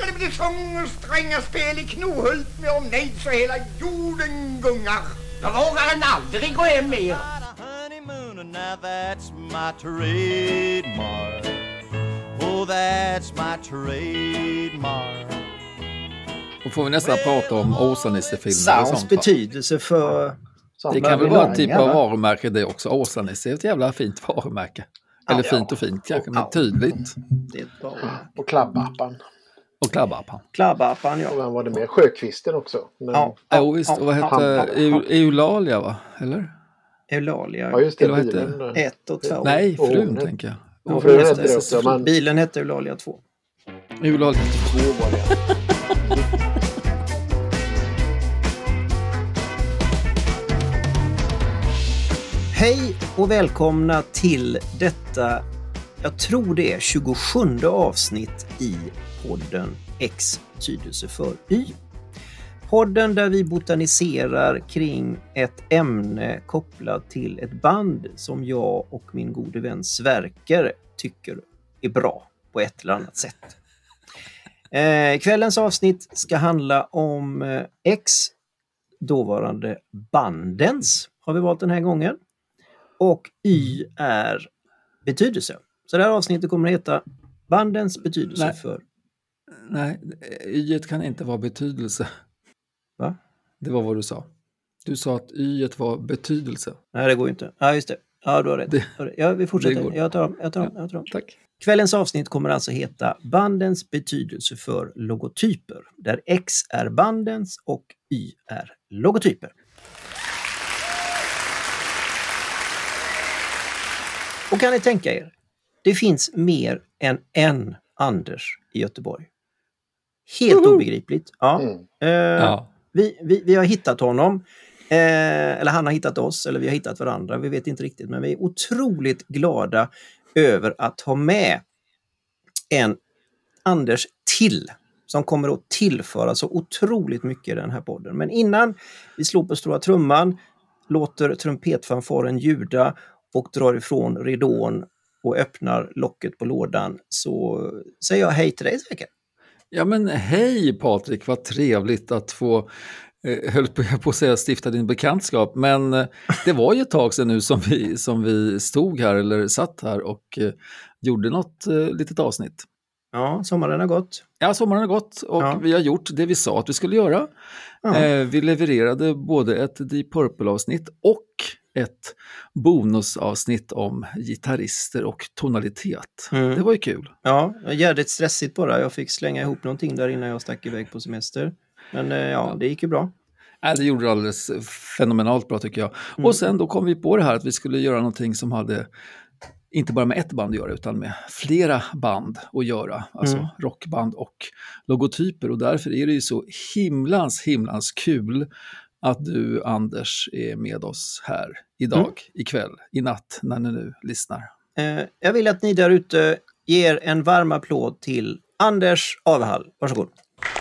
det blir sång och stränga spel i Knohult med omnejd så hela jorden gungar. Jag vågar en aldrig gå hem mer. Now that's my trademark. Oh, that's my trademark. Och får vi nästan prata om Åsa-Nisse-filmer och Sounds sånt. betydelse för... Det kan väl vara en typ av varumärke det också. Åsa-Nisse är ett jävla fint varumärke. Eller fint och fint kanske, men tydligt. Det är ett bra. Och Klabbappan. Och Klabbappan. Klabbappan, ja. Och vem var det med? Sjökvisten också. Men... Ja, visst. Och vad hette Eulalia, va? Eller? Eulalia. Ja, just det. Eller Bilen. 1 och 2. Nej, frun tänker jag. Ja, frun hette det också. Men... Bilen hette Eulalia 2. Eulalia 2 var det. Hej och välkomna till detta, jag tror det är 27 avsnitt i podden X betydelse för Y. Podden där vi botaniserar kring ett ämne kopplat till ett band som jag och min gode vän Sverker tycker är bra på ett eller annat sätt. Kvällens avsnitt ska handla om X, dåvarande bandens, har vi valt den här gången. Och Y är betydelse. Så det här avsnittet kommer att heta bandens betydelse för... Nej, Y kan inte vara betydelse. Va? Det var vad du sa. Du sa att Y var betydelse. Nej, det går inte. Ja, just det. Ja, du har rätt. Ja, vi fortsätter. Jag tar dem. Tack. Kvällens avsnitt kommer alltså heta bandens betydelse för logotyper. Där X är bandens och Y är logotyper. Och kan ni tänka er, det finns mer än en Anders i Göteborg. Helt obegripligt. Ja. Vi har hittat honom, eller han har hittat oss, eller vi har hittat varandra. Vi vet inte riktigt, men vi är otroligt glada över att ha med en Anders till, som kommer att tillföra så otroligt mycket i den här podden. Men innan vi slår på stora trumman, låter trumpetfanfaren ljuda och drar ifrån ridån och öppnar locket på lådan, så säger jag hej till dig, Sverker. Ja, men hej Patrik, vad trevligt att få, höll på att säga stifta din bekantskap, men det var ju ett tag sedan nu som vi stod här eller satt här och gjorde något litet avsnitt. Ja, sommaren har gått. Ja, sommaren har gått och vi har gjort det vi sa att vi skulle göra. Vi levererade både ett Deep Purple-avsnitt och ett bonusavsnitt om gitarrister och tonalitet. Det var ju kul. Ja, jävligt stressigt bara. Jag fick slänga ihop någonting där innan jag stack iväg på semester. Men det gick ju bra. Det gjorde det alldeles fenomenalt bra tycker jag. Och sen då kom vi på det här att vi skulle göra någonting som hade inte bara med ett band att göra utan med flera band att göra. Alltså rockband och logotyper. Och därför är det ju så himlans kul att du, Anders, är med oss här idag, ikväll, i natt, när ni nu lyssnar. Jag vill att ni där ute ger en varm applåd till Anders Avehall. Varsågod.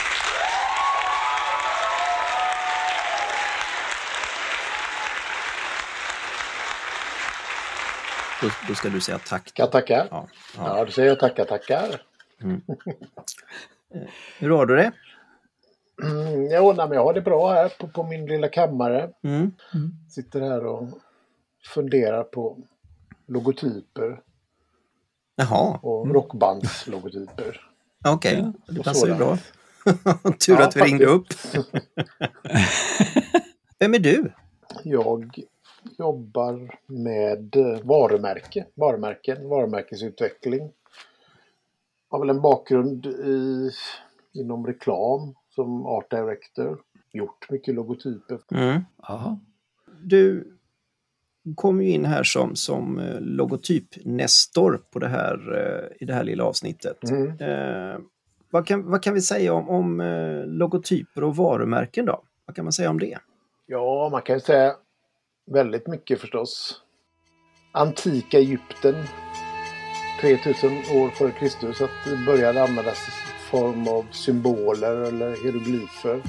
Då ska du säga tack. Tackar. Ja, då säger jag tackar. Hur har du det? Men jag har det bra här på min lilla kammare. Sitter här och funderar på logotyper. Jaha. Och rockbandslogotyper. Okej, det passar ju bra. Tur att vi ringde upp. Vem är du? Jag jobbar med varumärkesutveckling. Har väl en bakgrund inom reklam som art director. Gjort mycket logotyper. Du kom ju in här som logotypnestor på det här, i det här lilla avsnittet. Vad kan vi säga om logotyper och varumärken då? Vad kan man säga om det? Ja, man kan ju säga väldigt mycket förstås. Antika Egypten, 3000 år före Kristus, att det började användas i form av symboler eller hieroglyfer.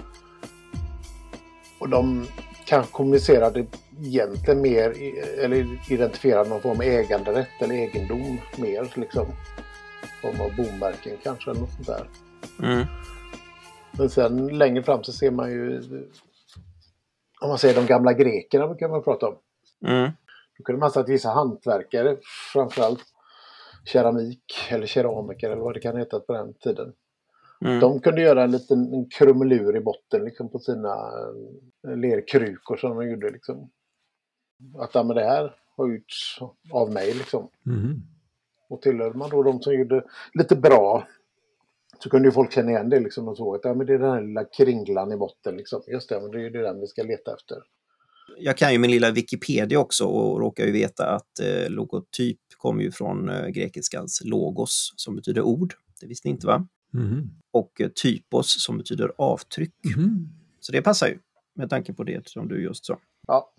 Och de kanske kommunicerade egentligen mer, eller identifierade någon form av äganderätt eller egendom mer liksom. form av bomärken kanske eller något sånt där. Mm. Men sen längre fram så ser man ju, om man säger de gamla grekerna kan man prata om. Mm. Då kunde man säga att vissa hantverkare, framförallt keramik eller keramiker eller vad det kan heta på den tiden. Mm. De kunde göra en liten krumelur i botten liksom, på sina lerkrukor som de gjorde. Liksom. Att men det här har gjorts av mig. Liksom. Mhm. Och tillhör man då de som gjorde lite bra, så kunde ju folk känna igen det. Liksom, och såg att men det är den här lilla kringlan i botten. Liksom. Just det, men det är ju den vi ska leta efter. Jag kan ju min lilla Wikipedia också och råkar ju veta att logotyp kommer ju från grekiskans logos som betyder ord. Det visste ni inte, va? Mhm. Och typos som betyder avtryck. Mhm. Så det passar ju med tanke på det som du just sa. Ja.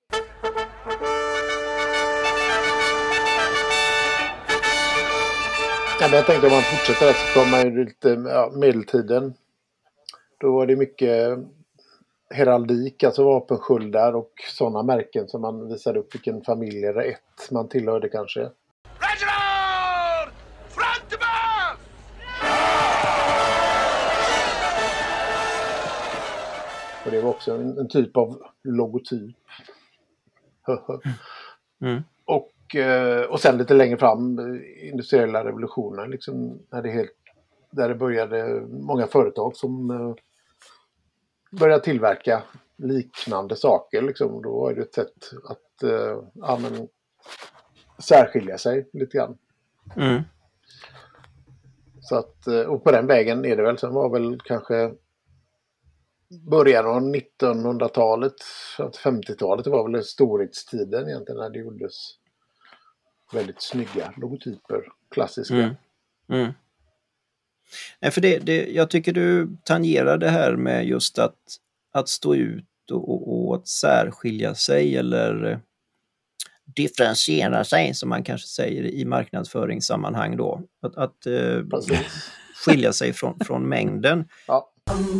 Ja, men jag tänkte om man fortsätter där så kommer man ju lite medeltiden. Då var det mycket heraldik, alltså vapensköldar och sådana märken som man visade upp vilken familj eller ett man tillhörde kanske. Reginald! Fronteman! Och det var också en typ av logotyp. Mm. Och sen lite längre fram, industriella revolutionen, liksom, där det började många företag som började tillverka liknande saker. Liksom. Då var det ett sätt att särskilja sig lite grann. Mm. Så att, och på den vägen är det väl, sen var väl kanske början av 1900-talet, 50-talet, det var väl storhetstiden egentligen när det gjordes väldigt snygga logotyper, klassiska. Mm. Mm. Nej, för jag tycker du tangerar det här med just att stå ut och att särskilja sig eller differentiera sig, som man kanske säger i marknadsföringssammanhang då. Att skilja sig från mängden. Ja.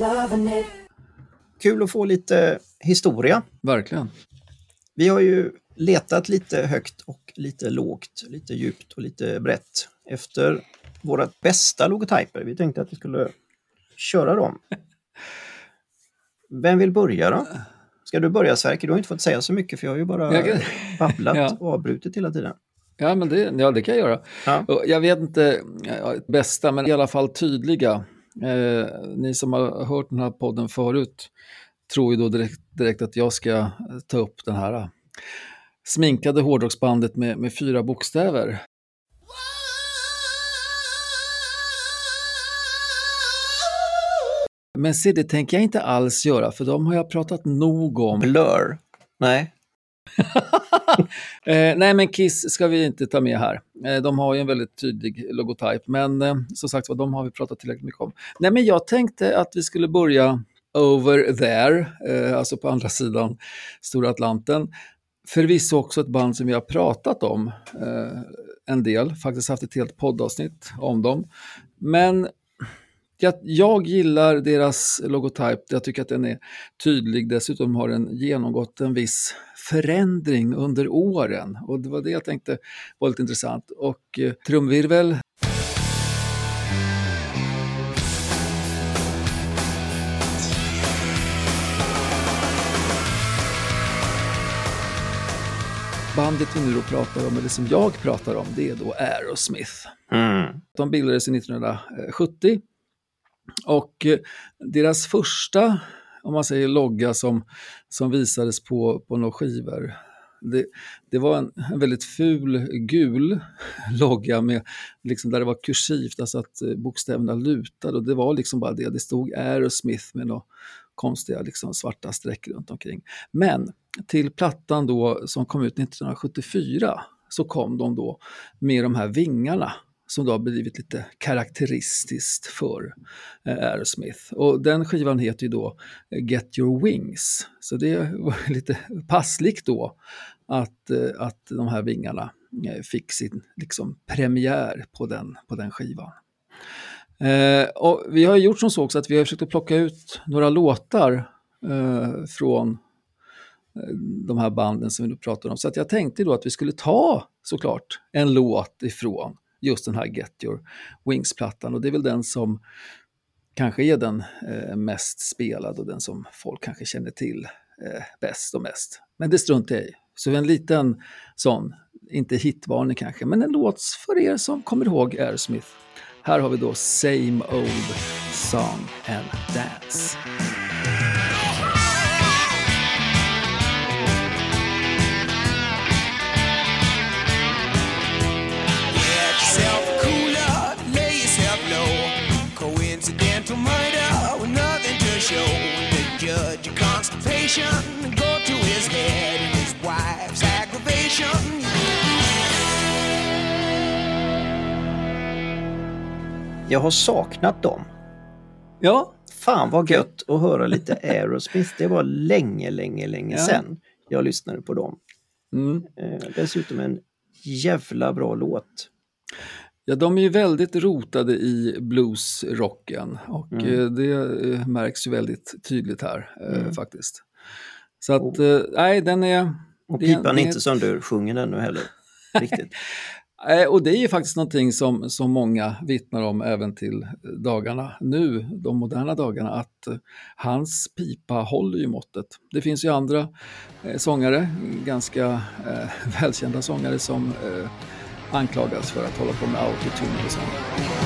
Kul att få lite historia. Verkligen. Vi har ju letat lite högt och lite lågt, lite djupt och lite brett efter våra bästa logotyper. Vi tänkte att vi skulle köra dem. Vem vill börja då? Ska du börja, Sverker? Du har inte fått säga så mycket för jag har ju bara babblat och avbrutit hela tiden. Ja, men det kan jag göra. Ja. Och jag vet inte bästa, men i alla fall tydliga. Ni som har hört den här podden förut tror ju då direkt att jag ska ta upp den här sminkade hårdrocksbandet med 4 bokstäver. Men se, det tänker jag inte alls göra, för de har jag pratat nog om. Blur? Nej. Nej, men Kiss ska vi inte ta med här. De har ju en väldigt tydlig logotyp, men som sagt, de har vi pratat tillräckligt mycket om. Nej, men jag tänkte att vi skulle börja over there, alltså på andra sidan Stora Atlanten. Förvisso också ett band som vi har pratat om en del, faktiskt haft ett helt poddavsnitt om dem. Men jag gillar deras logotyp, jag tycker att den är tydlig, dessutom har den genomgått en viss förändring under åren och det var det jag tänkte var lite intressant. Och trumvirvel. Bandet vi nu då pratar om, eller som jag pratar om, det är då Aerosmith. Mm. De bildades 1970 och deras första, om man säger logga som visades på några skivor, det var en väldigt ful gul logga med liksom där det var kursivt, alltså att bokstäverna lutade och det var liksom bara det stod Aerosmith med några konstiga liksom svarta streck runt omkring. Men till plattan då som kom ut 1974 så kom de då med de här vingarna som då har blivit lite karaktäristiskt för Aerosmith. Och den skivan heter ju då Get Your Wings. Så det var lite passligt då att de här vingarna fick sin liksom premiär på den skivan. Och vi har gjort som så också att vi har försökt att plocka ut några låtar från de här banden som vi nu pratar om. Så att jag tänkte då att vi skulle ta såklart en låt ifrån just den här Get Your Wings-plattan. Och det är väl den som kanske är den mest spelad och den som folk kanske känner till bäst och mest. Men det struntar jag i. Så en liten sån, inte hitvarning kanske, men en låt för er som kommer ihåg Aerosmith. Här har vi då Same Old Song and Dance. Go to his head and his wife's aggravation. Jag har saknat dem. Ja. Fan vad gött att höra lite Aerosmith. Det var länge sedan jag lyssnade på dem. Dessutom en jävla bra låt. Ja, de är ju väldigt rotade i bluesrocken och det märks ju väldigt tydligt här faktiskt. Så att, nej, den är... Och pipan är inte som du sjunger den nu heller, riktigt. Och det är ju faktiskt någonting som många vittnar om även till dagarna nu, de moderna dagarna, att hans pipa håller ju måttet. Det finns ju andra sångare, ganska välkända sångare som anklagas för att hålla på med autotune och sånt.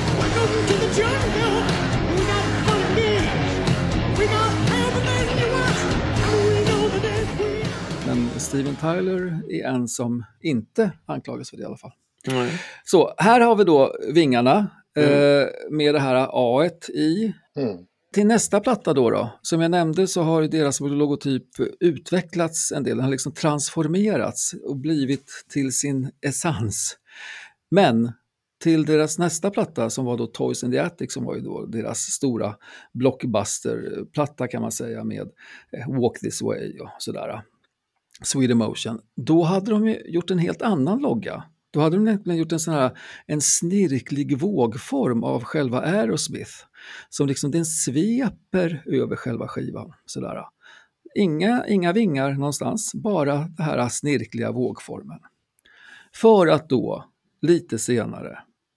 Men Steven Tyler är en som inte anklagas för det i alla fall. Så här har vi då vingarna med det här A-et i. Till nästa platta då, som jag nämnde så har ju deras logotyp utvecklats en del, den har liksom transformerats och blivit till sin essens. Men till deras nästa platta som var då Toys in the Attic, som var ju då deras stora blockbuster-platta kan man säga, med Walk This Way och sådär, Sweet Emotion, då hade de ju gjort en helt annan logga. Då hade de nämligen gjort en snirklig vågform av själva Aerosmith som liksom den sveper över själva skivan. Sådär. Inga vingar någonstans, bara den här snirkliga vågformen. För att då, lite senare,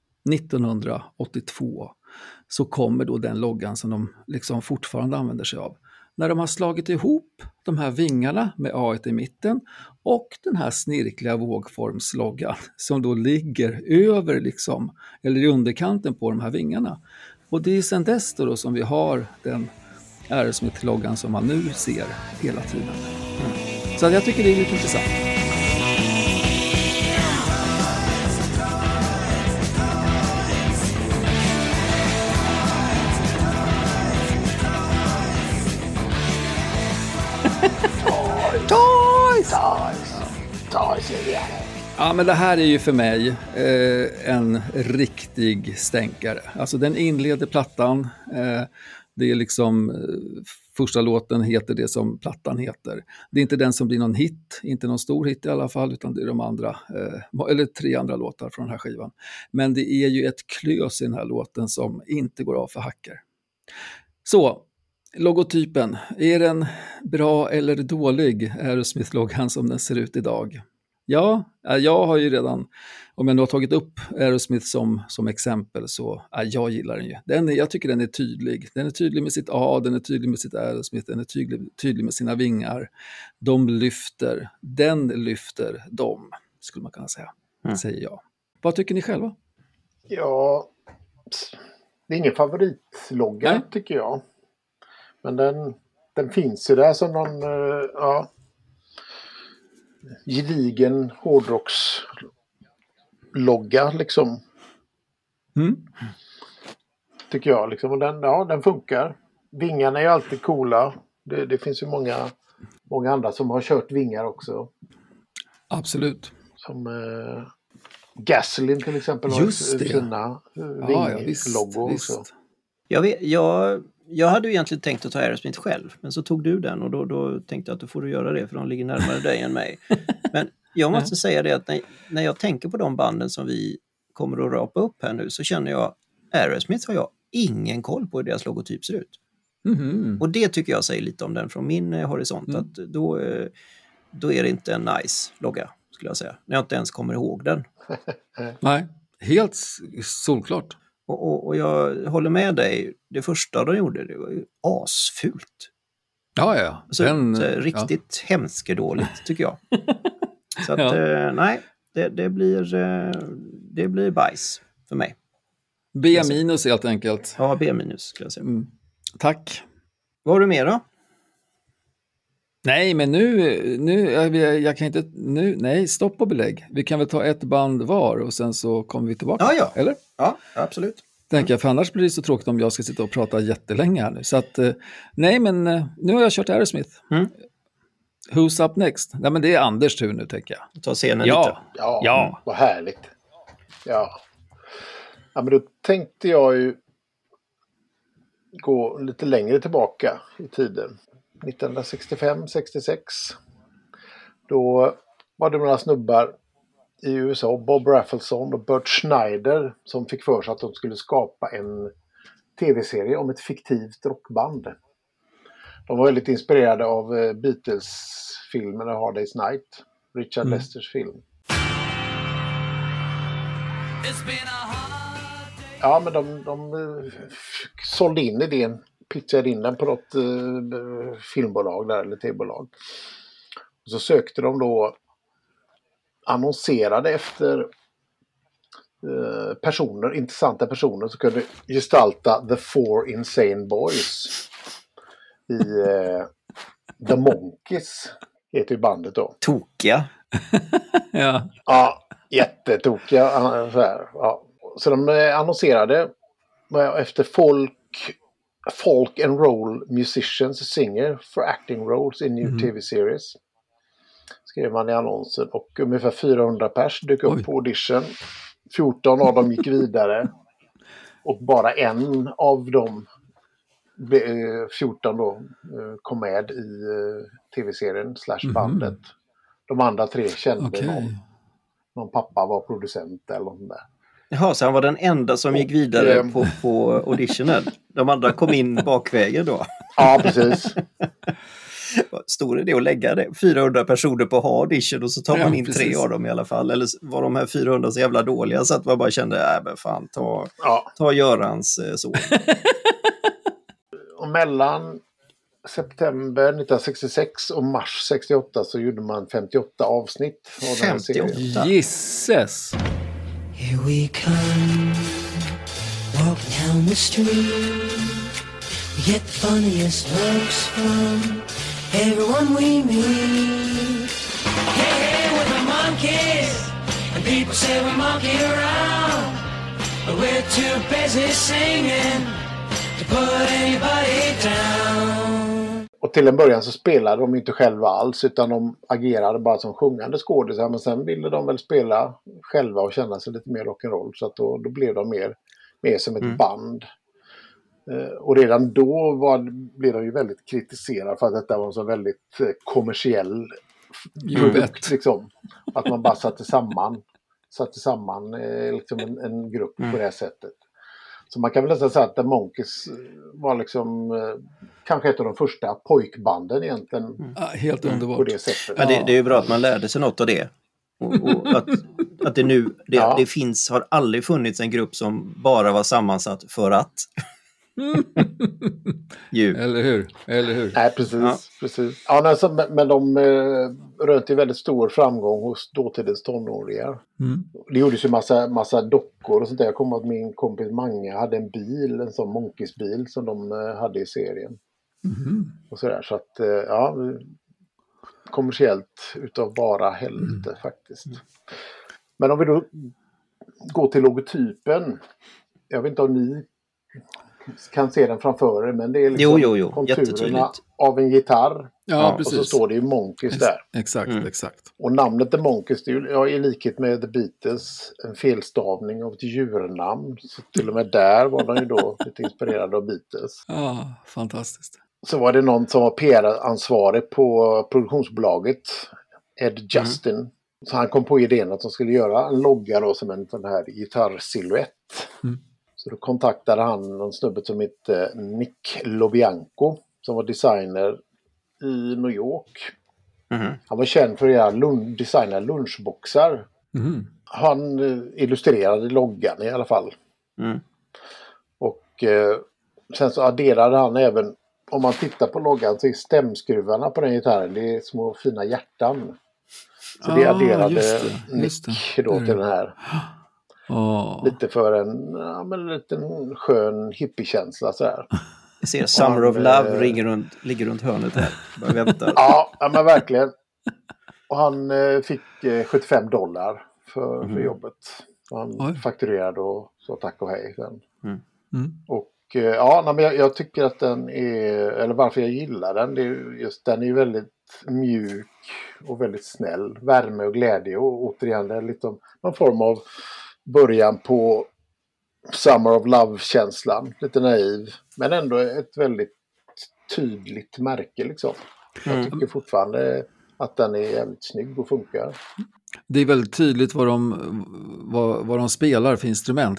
1982, så kommer då den loggan som de liksom fortfarande använder sig av. När de har slagit ihop de här vingarna med A1 i mitten och den här snirkliga vågformsloggan som då ligger över liksom, eller i underkanten på de här vingarna. Och det är sedan dess då som vi har den Aerosmith-loggan som man nu ser hela tiden. Så jag tycker det är lite intressant. Ja, men det här är ju för mig en riktig stänkare. Alltså den inleder plattan. Det är liksom första låten heter det som plattan heter. Det är inte den som blir någon hit, inte någon stor hit i alla fall, utan det är de andra, eller 3 andra låtar från den här skivan. Men det är ju ett klös i den här låten som inte går av för hacker. Så, logotypen, är den bra eller dålig, Aerosmith-loggan som den ser ut idag? Ja, jag har ju redan, om jag nu har tagit upp Aerosmith som exempel, så jag gillar den ju. Jag tycker den är tydlig. Den är tydlig med sitt A, den är tydlig med sitt Aerosmith, den är tydlig med sina vingar. Den lyfter dem, skulle man kunna säga, säger jag. Vad tycker ni själva? Ja, det är ingen favoritlogga tycker jag. Men den finns ju där som någon, gedigen hårdrockslogga liksom. Tycker jag liksom. Och den funkar. Vingarna är ju alltid coola. Det finns ju många andra som har kört vingar också. Absolut. Som Gasoline till exempel har sina vingloggor också. Jag hade ju egentligen tänkt att ta Aerosmith själv, men så tog du den och då tänkte jag att du får göra det för de ligger närmare dig än mig. Men jag måste säga det att när jag tänker på de banden som vi kommer att rapa upp här nu, så känner jag Aerosmith har jag ingen koll på hur deras logotyp ser ut. Och det tycker jag säger lite om den från min horisont, att då är det inte en nice logga, skulle jag säga, när jag inte ens kommer ihåg den. Nej. Helt solklart. Och jag håller med dig. Det första de gjorde, det var ju asfult. Ja. Så riktigt hemskedåligt tycker jag. Så att nej, det blir bajs för mig. B- helt enkelt. Ja, B- skulle jag säga. Tack. Vad har du mer då? Nej, men nu jag kan inte... Nej, stopp och belägg. Vi kan väl ta ett band var och sen så kommer vi tillbaka. Ja. Eller? Ja, absolut. Tänker jag, för annars blir det så tråkigt om jag ska sitta och prata jättelänge här nu. Så att, nej, men nu har jag kört Aerosmith. Who's up next? Nej, men det är Anders tur nu, tänker jag. Ta scenen lite. Ja, vad härligt. Ja, men då tänkte jag ju gå lite längre tillbaka i tiden. 1965-66. Då var det några snubbar i USA, Bob Raffleson och Bert Schneider, som fick för sig att de skulle skapa en tv-serie om ett fiktivt rockband. De var väldigt inspirerade av Beatles-filmen Hard Day's Night, Richard Lesters film. Ja, men de sålde in idén, pitchade in den på något filmbolag där, eller tv-bolag. Och så sökte de då, annonserade efter intressanta personer som kunde gestalta The Four Insane Boys i The Monkees, heter ju bandet då. Tokiga. Ja, jättetokiga. Så de annonserade efter folk and roll musicians singer for acting roles in new tv-series. Skrev man i annonsen, och ungefär 400 pers dök upp på audition. 14 av dem gick vidare och bara en av dem 14 då kom med i tv-serien / bandet. De andra 3 kände någon pappa var producent eller något där. Jaha, så han var den enda som gick vidare på auditionen. De andra kom in bakvägen då. Ja, precis. Stor idé att lägga det. 400 personer på audition och så tar man in 3 av dem i alla fall. Eller var de här 400 så jävla dåliga så att man bara kände, men fan, ta Görans son. Och mellan september 1966 och mars 68 så gjorde man 58 avsnitt av den här serien. Gisses! Here we come, walking down the street. We get the funniest looks from everyone we meet. Hey, hey, we're the Monkees, and people say we monkey around, but we're too busy singing to put anybody down. Och till en början så spelade de inte själva alls, utan de agerade bara som sjungande skådespelare. Men sen ville de väl spela själva och känna sig lite mer rock'n'roll. Så att då blev de mer som ett band. Och redan då blev de ju väldigt kritiserade för att detta var en så väldigt kommersiell produkt. Liksom. Att man bara satte samman liksom en grupp på det här sättet. Så man kan väl nästan säga att The Monkees var liksom kanske ett av de första pojkbanden egentligen. Helt underbart. På det sättet. Ja, det är ju bra att man lärde sig något av det. Och att det nu, det har aldrig funnits en grupp som bara var sammansatt för att. Eller hur? Nej, precis. Ja, men de rönte väldigt stor framgång hos dåtidens tonåringar. Det gjordes ju massa dockor och sånt där. Jag kommer att min kompis Mange hade en sån Monkees-bil som de hade i serien. Och sådär, så att kommersiellt utav bara helvete faktiskt. Men om vi då går till logotypen. Jag vet inte om ni kan se den framför er, men det är liksom konturerna av en gitarr. Ja, precis. Och så står det ju Monkees där. Exakt. Och namnet The Monkees, det är ju i likhet med The Beatles en felstavning av ett djurnamn. Så till och med där var de ju då lite inspirerade av Beatles. Ja, fantastiskt. Så var det någon som var PR-ansvarig på produktionsbolaget, Ed Justin. Så han kom på idén att de skulle göra en logga då som en sån här gitarrsilhuett. Så då kontaktade han någon snubbe som hette Nick Lobianco som var designer i New York. Han var känd för att designa lunchboxar. Han illustrerade loggan i alla fall. Mm. Och sen så adderade han även, om man tittar på loggan så är stämskruvarna på den gitarren, det är små fina hjärtan. Så det adderade just Nick då till den här. Lite för en liten skön hippiekänsla så här. Jag ser Summer of Love ligger runt hörnet här. Bara väntar. Ja, men verkligen. Och han fick $75 för jobbet. Och han fakturerade och så tack och hej sen. Och men jag tycker att den är, eller varför jag gillar den, det är just den är väldigt mjuk och väldigt snäll. Värme och glädje och återigen det är lite någon form av början på Summer of Love-känslan. Lite naiv, men ändå ett väldigt tydligt märke liksom. Jag tycker fortfarande att den är jävligt snygg och funkar. Det är väldigt tydligt vad de spelar för instrument.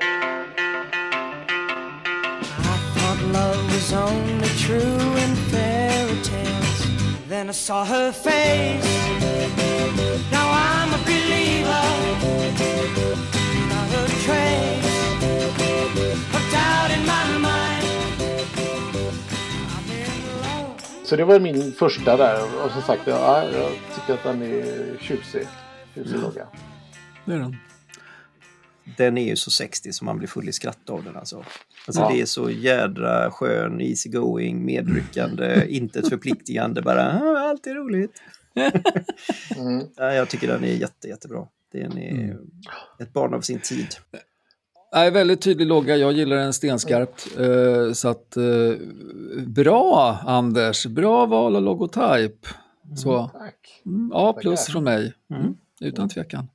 Love was only true in fairy tales. Then I saw her face. Now I'm a believer. Not a trace of doubt in my mind. I'm in love. Så det var min första där. Och som sagt, jag tycker att den är tjusig. Tjusig logga. Det är den. Den är ju så 60 som man blir full i skratt av den alltså. Det är så jädra skön, easygoing, medryckande, inte ett förpliktigande, bara allt är roligt. Jag tycker den är jättebra. Den är ett barn av sin tid. Nej, väldigt tydlig logga. Jag gillar den stenskarpt. Så att bra Anders, bra val av logotyp. Så Tack. A plus från mig. Utan tvekan.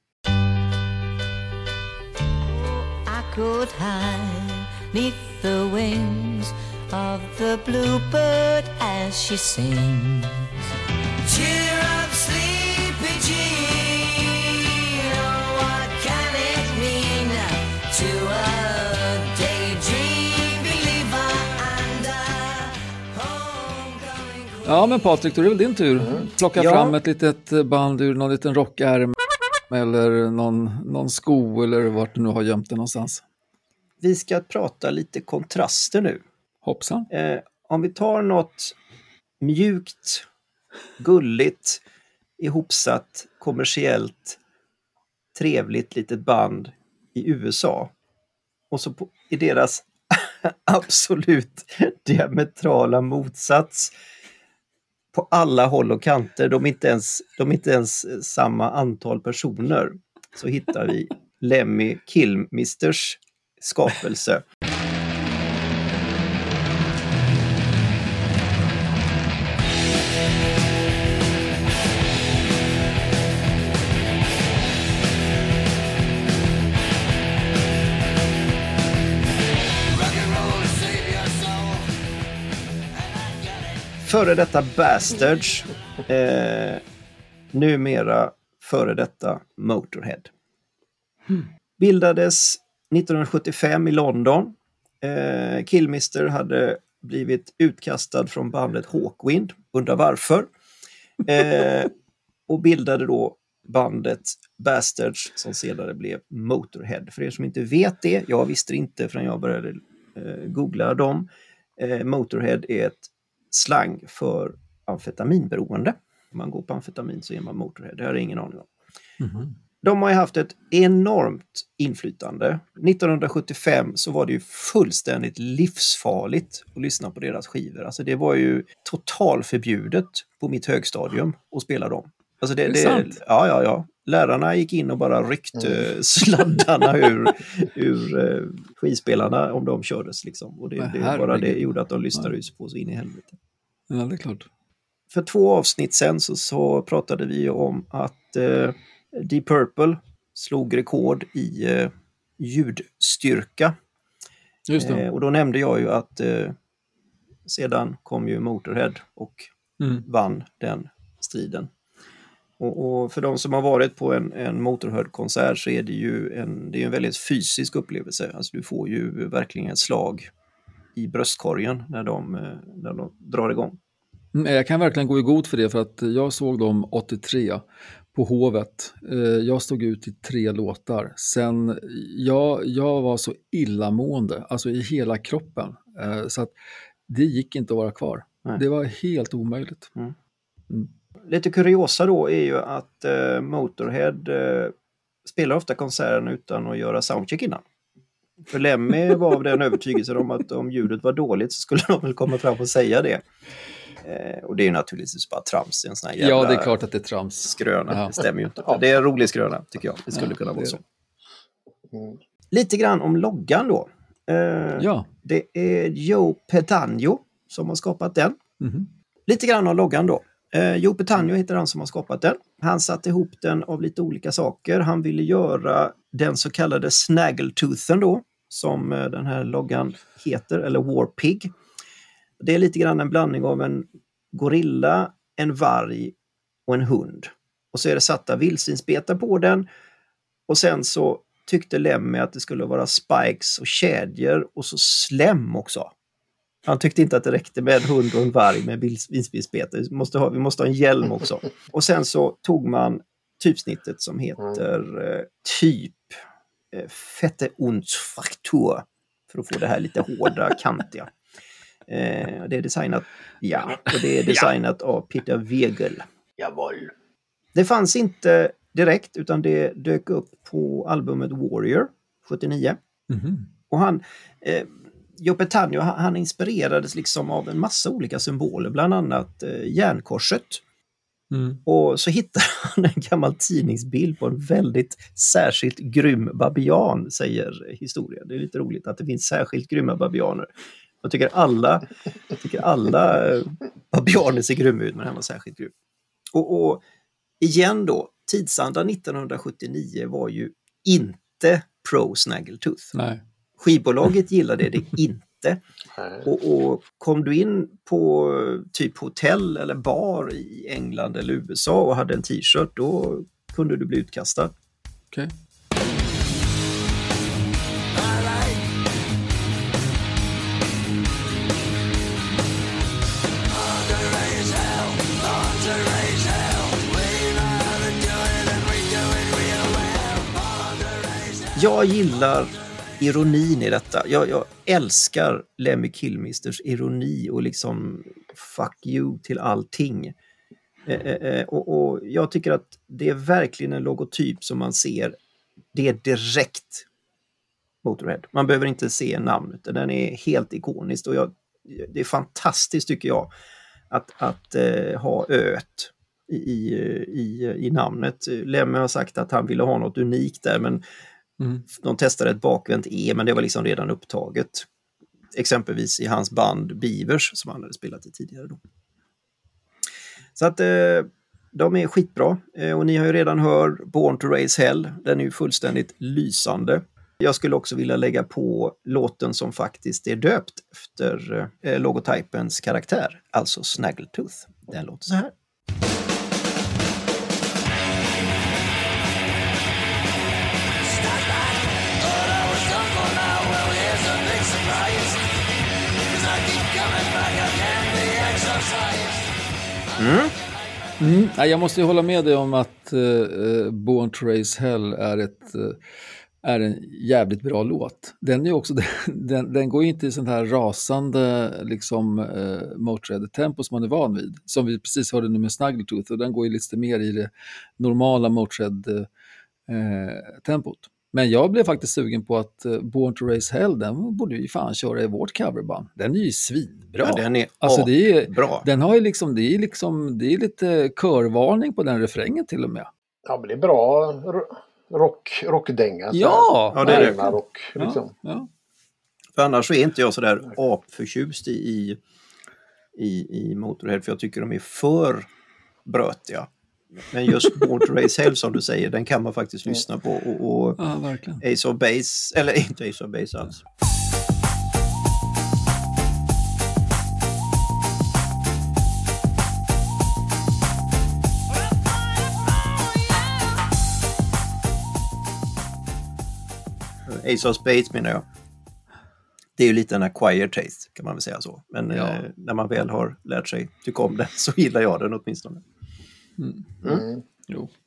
I could hide 'neath the wings of the bluebird as she sings. Cheer up, sleepy Jean. Oh, what can it mean to a daydream believer and a homecoming queen? Ja, men Patrik, då är det väl din tur. Plocka fram ett litet band ur någon liten rockärm eller någon sko eller vart du nu har gömt det någonstans. Vi ska prata lite kontraster nu. Hoppsan. Om vi tar något mjukt, gulligt, ihopsatt, kommersiellt, trevligt litet band i USA. Och så i deras absolut diametrala motsats på alla håll och kanter, de är inte ens samma antal personer, så hittar vi Lemmy Kilmisters skapelse. Före detta Bastards, numera före detta Motorhead. Bildades 1975 i London. Kilmister hade blivit utkastad från bandet Hawkwind, undrar varför. Och bildade då bandet Bastards som senare blev Motorhead. För er som inte vet det, jag visste inte förrän jag började googla dem. Motorhead är ett slang för amfetaminberoende. Om man går på amfetamin så är man Motorhead. Det har jag ingen aning om. De har ju haft ett enormt inflytande. 1975 så var det ju fullständigt livsfarligt att lyssna på deras skivor. Alltså det var ju totalförbjudet på mitt högstadium att spela dem. Alltså det är sant? Ja. Lärarna gick in och bara ryckte sladdarna ur skivspelarna om de kördes liksom. Och det gjorde att de lyssnade på så in i helvete. Ja, det är klart. För 2 avsnitt sen så pratade vi om att Deep Purple slog rekord i ljudstyrka. Just det. Och då nämnde jag ju att sedan kom ju Motorhead och vann den striden. Och för de som har varit på en Motorhead-konsert så är det ju en väldigt fysisk upplevelse. Alltså du får ju verkligen ett slag i bröstkorgen när de drar igång. Jag kan verkligen gå i god för det, för att jag såg dem 83 på Hovet. Jag stod ut i 3 låtar. Sen, jag var så illamående, alltså i hela kroppen. Så att det gick inte att vara kvar. Nej. Det var helt omöjligt. Lite kuriosa då är ju att Motorhead spelar ofta konserten utan att göra soundcheck innan. För Lemmy var av den övertygelsen om att om ljudet var dåligt så skulle de väl komma fram och säga det. Och det är ju naturligtvis bara trams i en sån här jävla... Ja, det är klart att det är trams. Skröna, Ja. det stämmer ju inte. Det är en rolig skröna, tycker jag. Det skulle kunna vara så. Lite grann om loggan då. Ja. Det är Joe Petagno som har skapat den. Mhm. Lite grann om loggan då. Joe Petagno heter han som har skapat den. Han satte ihop den av lite olika saker. Han ville göra den så kallade Snaggletooth då, som den här loggan heter, eller War Pig. Det är lite grann en blandning av en gorilla, en varg och en hund. Och så är det satta vildsvinsbetar på den. Och sen så tyckte Lemmy att det skulle vara spikes och kedjor och så slem också. Han tyckte inte att det räckte med en hund och en varg med vildsvinsbetar. Vi måste ha en hjälm också. Och sen så tog man typsnittet som heter typ Fette und Fraktur för att få det här lite hårda, kantiga. Det är designat, och det är designat av Peter Wegel. Jawohl. Det fanns inte direkt utan det dök upp på albumet Warrior 79. Mhm. Och Joe Petagno, han inspirerades liksom av en massa olika symboler, bland annat järnkorset. Och så hittade han en gammal tidningsbild på en väldigt särskilt grym babian, säger historien. Det är lite roligt att det finns särskilt grymma babianer. Jag tycker alla babianer ser grymma ut, men han var särskilt grym. Och igen då, tidsandan 1979 var ju inte pro Snaggletooth. Nej. Skivbolaget gillade det inte. Och kom du in på typ hotell eller bar i England eller USA och hade en t-shirt, då kunde du bli utkastad. Okej. Jag gillar ironin i detta. Jag älskar Lemmy Kilmisters ironi och liksom fuck you till allting. Och jag tycker att det är verkligen en logotyp som man ser. Det är direkt Motorhead. Man behöver inte se namnet. Den är helt ikonisk och det är fantastiskt tycker jag att ha öet i namnet. Lemmy har sagt att han ville ha något unikt där, men de testade ett bakvänt E, men det var liksom redan upptaget. Exempelvis i hans band Beavers som han hade spelat i tidigare då. Så att de är skitbra. Och ni har ju redan hört Born to Raise Hell. Den är ju fullständigt lysande. Jag skulle också vilja lägga på låten som faktiskt är döpt efter logotypens karaktär. Alltså Snaggletooth. Den låter så här. Nej, jag måste ju hålla med dig om att Born to Raise Hell är en jävligt bra låt. Den är ju också den går ju inte i sånt här rasande liksom Motörhead-tempo som man är van vid. Som vi precis hörde nu med Snaggletooth, och den går ju lite mer i det normala Motörhead-tempot. Men jag blev faktiskt sugen på att Born to Raise Hell, den borde vi fan köra i vårt coverband. Den är ju svinbra. Ja, den är alltså, det är bra. Den har ju liksom, det är lite körvarning på den refrängen till och med. Ja, men det är bra rockdänga. Ja, det är det. Rock, liksom. Ja. För annars så är inte jag så där apförtjust i Motorhead, för jag tycker de är för brötiga. Men just Born to Raise Hell som du säger, den kan man faktiskt lyssna på. Och Ja, verkligen. Ace of Base, eller inte Ace of Base alls. Ace of Spades menar jag. Det är ju lite en acquired taste, kan man väl säga så. Men när man väl har lärt sig tycka om den så gillar jag den åtminstone. Jo.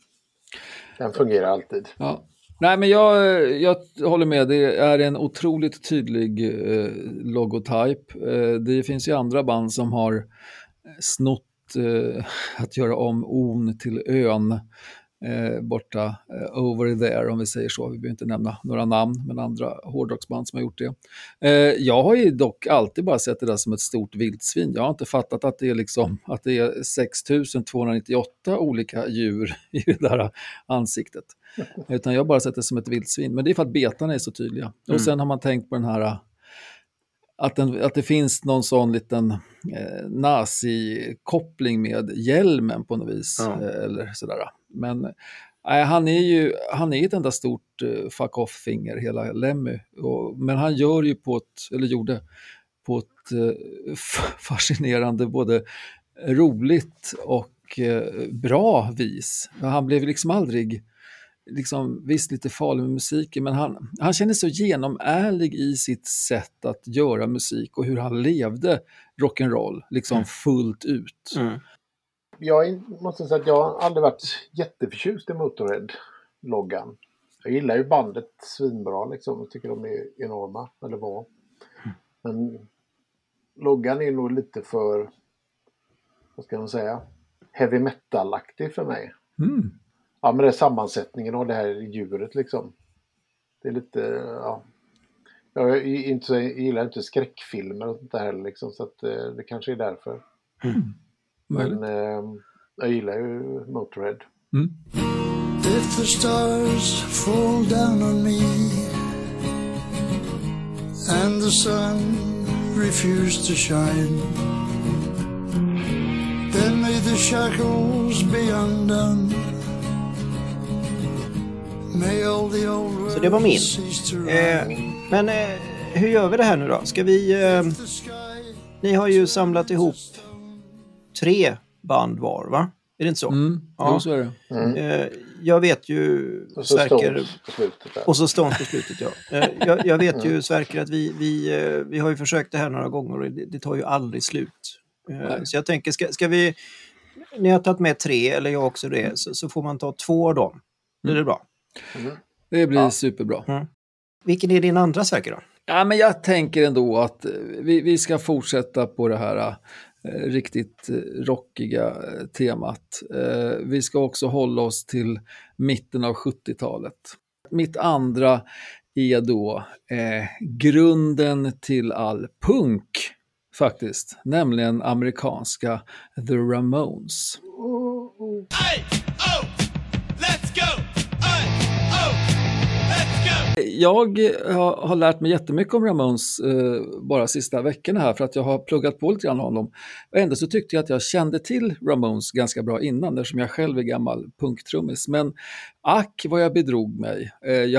Den fungerar alltid. Ja. Nej, men jag håller med. Det är en otroligt tydlig logotyp. Det finns ju andra band som har snott att göra om on till ön borta over there, om vi säger så. Vi behöver inte nämna några namn, men andra hårdrocksband som har gjort det. Jag har ju dock alltid bara sett det där som ett stort vildsvin. Jag har inte fattat att det är liksom att det är 6298 olika djur i det där ansiktet. Utan jag har bara sett det som ett vildsvin. Men det är för att betarna är så tydliga. Och sen har man tänkt på den här att det finns någon sån liten nazi-koppling med hjälmen på något vis. Eller sådär. Men han är ett enda stort fuck off-finger, hela Lemmy. Men han gör ju gjorde på ett fascinerande, både roligt och bra vis. Han blev liksom aldrig, visst lite farlig med musiken, men han kände så genomärlig i sitt sätt att göra musik och hur han levde rock'n'roll fullt ut. Jag måste säga att jag har aldrig varit jätteförtjust i Motorhead-loggan. Jag gillar ju bandet svinbra jag tycker de är enorma, eller var. Men loggan är nog lite för, vad ska man säga, heavy metal-aktig för mig. Ja, men det är sammansättningen av det här djuret Det är lite, ja. Jag gillar inte skräckfilmer och sånt där så att det kanske är därför. Men jag gillar ju Motorhead. If the stars fall down on me and the sun refuse to shine, then may the shackles be undone. Så det var min. Men hur gör vi det här nu då? Ska vi... ni har ju samlat ihop 3 band var, va? Är det inte så? Ja, jo, så är det. Jag vet ju Sverker... Och så Stones på slutet, ja. Jag vet ju Sverker att vi har ju försökt det här några gånger och det tar ju aldrig slut. Så jag tänker, ska vi... Ni har tagit med 3, eller jag också det, så får man ta 2 av dem. Blir det bra? Det blir superbra. Vilken är din andra, Sverker då? Ja, men jag tänker ändå att vi ska fortsätta på det här riktigt rockiga temat. Vi ska också hålla oss till mitten av 70-talet. Mitt andra är då grunden till all punk faktiskt, nämligen amerikanska The Ramones. Hey, oh, let's go! Hey, oh, let's go! Jag har lärt mig jättemycket om Ramones bara sista veckorna här, för att jag har pluggat på lite grann om dem. Och ändå så tyckte jag att jag kände till Ramones ganska bra innan, eftersom jag själv är gammal punktrummis. Men ack vad jag bedrog mig. Jag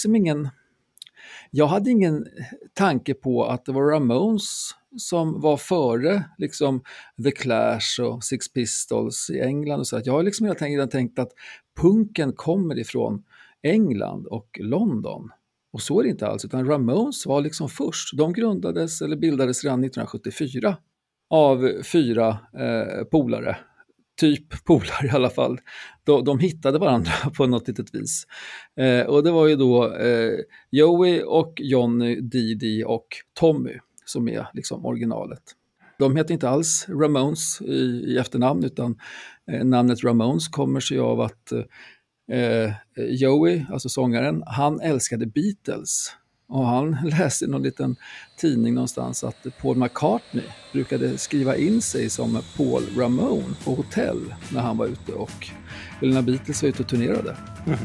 hade ingen tanke på att det var Ramones som var före The Clash och Six Pistols i England och så. Jag har hela tiden tänkt att punken kommer ifrån England och London. Och så är det inte alls, utan Ramones var först. De grundades eller bildades redan 1974 av 4 polare. Typ polare i alla fall. De hittade varandra på något litet vis. Och det var ju då Joey och Johnny, Didi och Tommy som är originalet. De heter inte alls Ramones i efternamn, utan namnet Ramones kommer sig av att Joey, alltså sångaren, han älskade Beatles. Och han läste i någon liten tidning någonstans att Paul McCartney brukade skriva in sig som Paul Ramone på hotell när han var ute och när Beatles var ute och turnerade.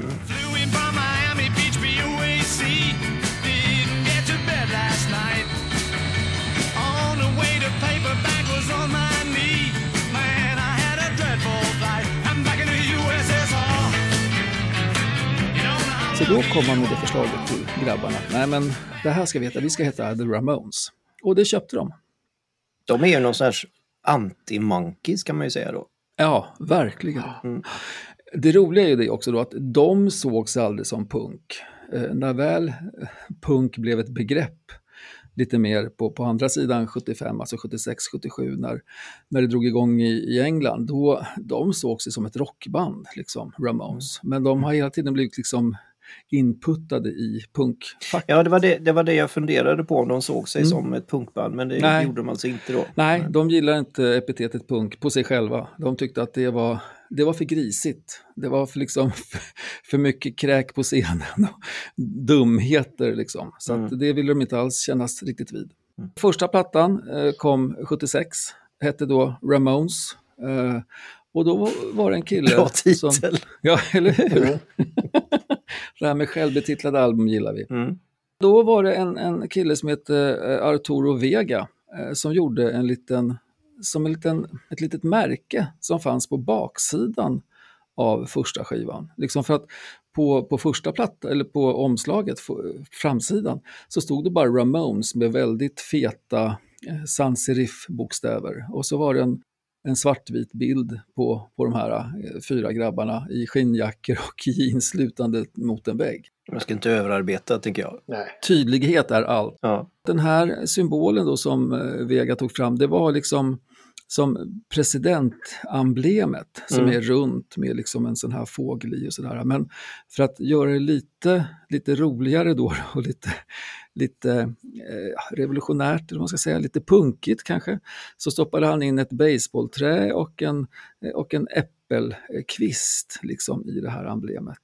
Så då kom man med det förslaget till grabbarna. Nej, men det här ska vi heta. Vi ska heta The Ramones. Och det köpte de. De är ju någon sorts anti-monkeys kan man ju säga då. Ja, verkligen. Det roliga är ju det också då att de sågs aldrig som punk. När väl punk blev ett begrepp lite mer på andra sidan 75, alltså 76-77 när det drog igång i England. Då, de såg sig som ett rockband, liksom, Ramones. Men de har hela tiden blivit liksom inputtade i punkfacket. Ja, det var det jag funderade på, om de såg sig som ett punkband, men det gjorde de alltså inte då. Nej, de gillar inte epitetet punk på sig själva. De tyckte att det var för grisigt. Det var för mycket kräk på scenen och dumheter liksom. Så att det ville de inte alls kännas riktigt vid. Första plattan kom 76, hette då Ramones. Och då var det en kille Bra titel. som... Ja, eller hur? Det här med självbetitlade album gillar vi. Då var det en kille som hette Arturo Vega som gjorde ett litet märke som fanns på baksidan av första skivan. Liksom för att på första plattan, eller på omslaget, framsidan, så stod det bara Ramones med väldigt feta sans serif-bokstäver. Och så var det en svartvit bild på de här 4 grabbarna i skinnjackor och jeans slutande mot en vägg. Man ska inte överarbeta, tycker jag. Nej. Tydlighet är allt. Ja. Den här symbolen då som Vega tog fram, det var liksom som presidentemblemet som är runt med liksom en sån här fågel i och sådär. Men för att göra det lite roligare då och lite revolutionärt, eller vad man ska säga, lite punkigt kanske, så stoppade han in ett baseballträ och en äppelkvist liksom i det här emblemet.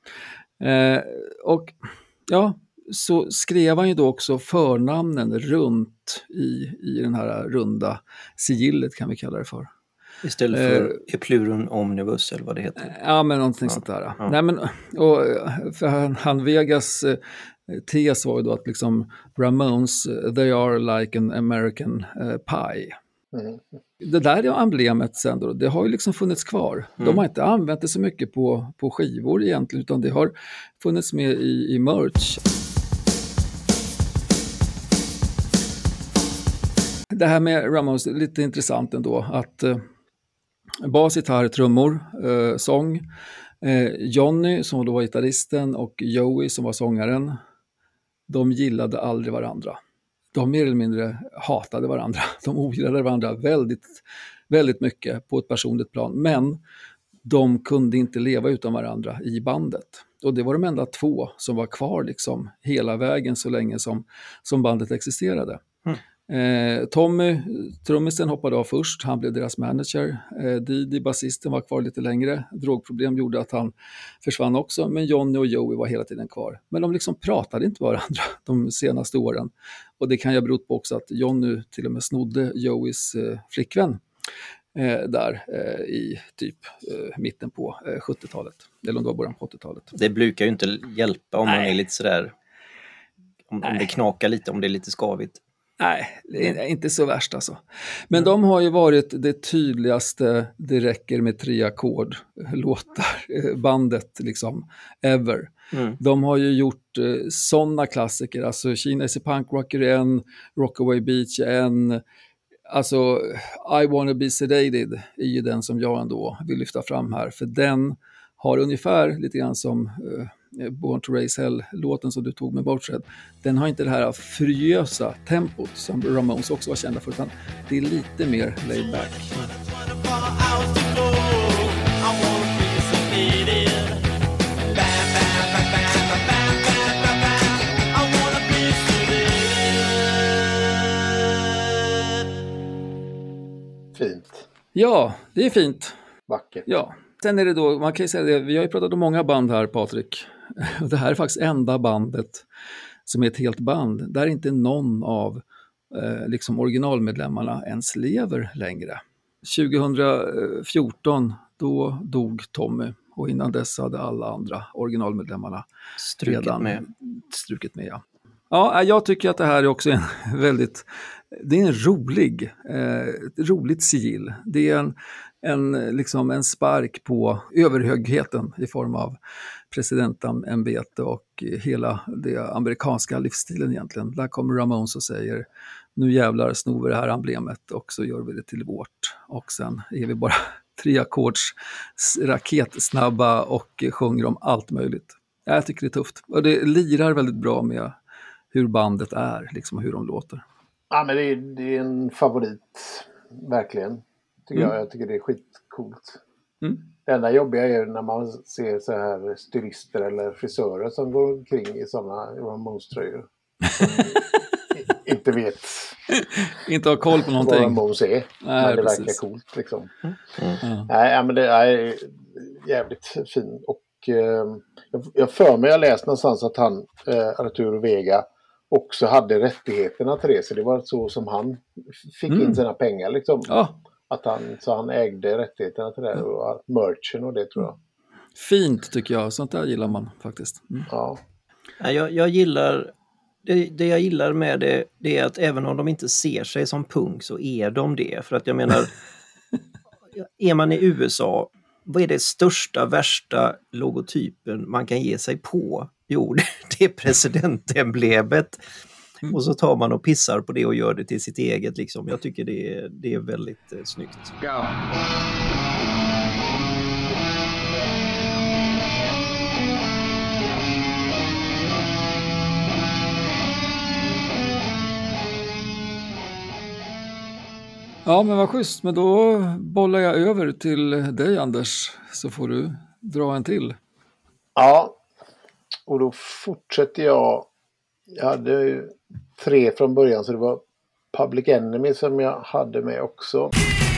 Och ja, så skrev han ju då också förnamnen runt i den här runda sigillet, kan vi kalla det för. Istället för Eplurun Omnibus eller vad det heter. Ja, men någonting sånt där. Ja. Nej, men, och för han Vegas tes var ju då att liksom Ramones, they are like an American pie. Det där emblemet sen då, det har ju liksom funnits kvar. De har inte använt det så mycket på skivor egentligen, utan det har funnits med i merch. Det här med Ramones är lite intressant ändå, att bas, gitarr, trummor, sång. Johnny som då var gitarristen och Joey som var sångaren, de gillade aldrig varandra. De mer eller mindre hatade varandra. De ogillade varandra väldigt, väldigt mycket på ett personligt plan. Men de kunde inte leva utan varandra i bandet. Och det var de enda 2 som var kvar liksom hela vägen så länge som bandet existerade. Tommy, trummisen, hoppade av först. Han blev deras manager. Didi, basisten, var kvar lite längre. Drogproblem gjorde att han försvann också. Men Johnny och Joey var hela tiden kvar. Men de liksom pratade inte med varandra de senaste åren. Och det kan ju ha berott på också att Johnny till och med snodde Joeys flickvän där i typ mitten på 70-talet. Eller om det var början på 80-talet. Det brukar ju inte hjälpa om man är lite sådär, om det knakar lite, om det är lite skavigt. Nej, det är inte så värst alltså. Men de har ju varit det tydligaste, det räcker med 3 ackord låtar, bandet liksom, ever. De har ju gjort sådana klassiker, alltså Kina is a punk rocker en, Rockaway Beach en, alltså I wanna be sedated är ju den som jag ändå vill lyfta fram här, för den har ungefär lite grann som Born to Raise Hell-låten som du tog med Bortred. Den har inte det här furiösa tempot som Ramones också var kända för, utan det är lite mer laid back. Fint. Ja, det är fint. Vackert. Ja. Sen är det då, man kan ju säga det, vi har ju pratat om många band här, Patrik. Och det här är faktiskt enda bandet som är ett helt band där inte någon av liksom originalmedlemmarna ens lever längre. 2014 då dog Tommy, och innan dess hade alla andra originalmedlemmarna strukit med. Ja. Ja, jag tycker att det här är också det är en roligt sigill. Det är liksom en spark på överhögheten i form av presidentämbete och hela det amerikanska livsstilen egentligen. Där kommer Ramones och säger, nu jävlar snor vi det här emblemet och så gör vi det till vårt. Och sen är vi bara 3 ackords raketsnabba och sjunger om allt möjligt. Jag tycker det är tufft. Och det lirar väldigt bra med hur bandet är liksom, och hur de låter. Ja, men det är en favorit, verkligen. Jag tycker det är skitcoolt. Det enda jobbiga är när man ser så här stylister eller frisörer som går omkring i sådana Ramones-tröjor. Inte vet inte ha koll på någonting. vad Ramones är. Nej, men det precis. verkar coolt liksom. Nej, men det är jävligt fin. Och jag för mig, jag läst någonstans att han, Arturo Vega, också hade rättigheterna till det. Så det var så som han fick in sina pengar liksom. Ja. Att han ägde rättigheterna till det och merchen och det, tror jag. Fint tycker jag, sånt där gillar man faktiskt. Ja. Jag gillar, det jag gillar med det är att även om de inte ser sig som punk så är de det. För att jag menar, är man i USA, vad är det största, värsta logotypen man kan ge sig på? Jo, det är presidentemblemet. Och så tar man och pissar på det och gör det till sitt eget. Liksom. Jag tycker det är väldigt snyggt. Go. Ja, men vad schysst. Men då bollar jag över till dig, Anders, så får du dra en till. Ja, och då fortsätter jag. Jag hade ju 3 från början, så det var Public Enemy som jag hade med också.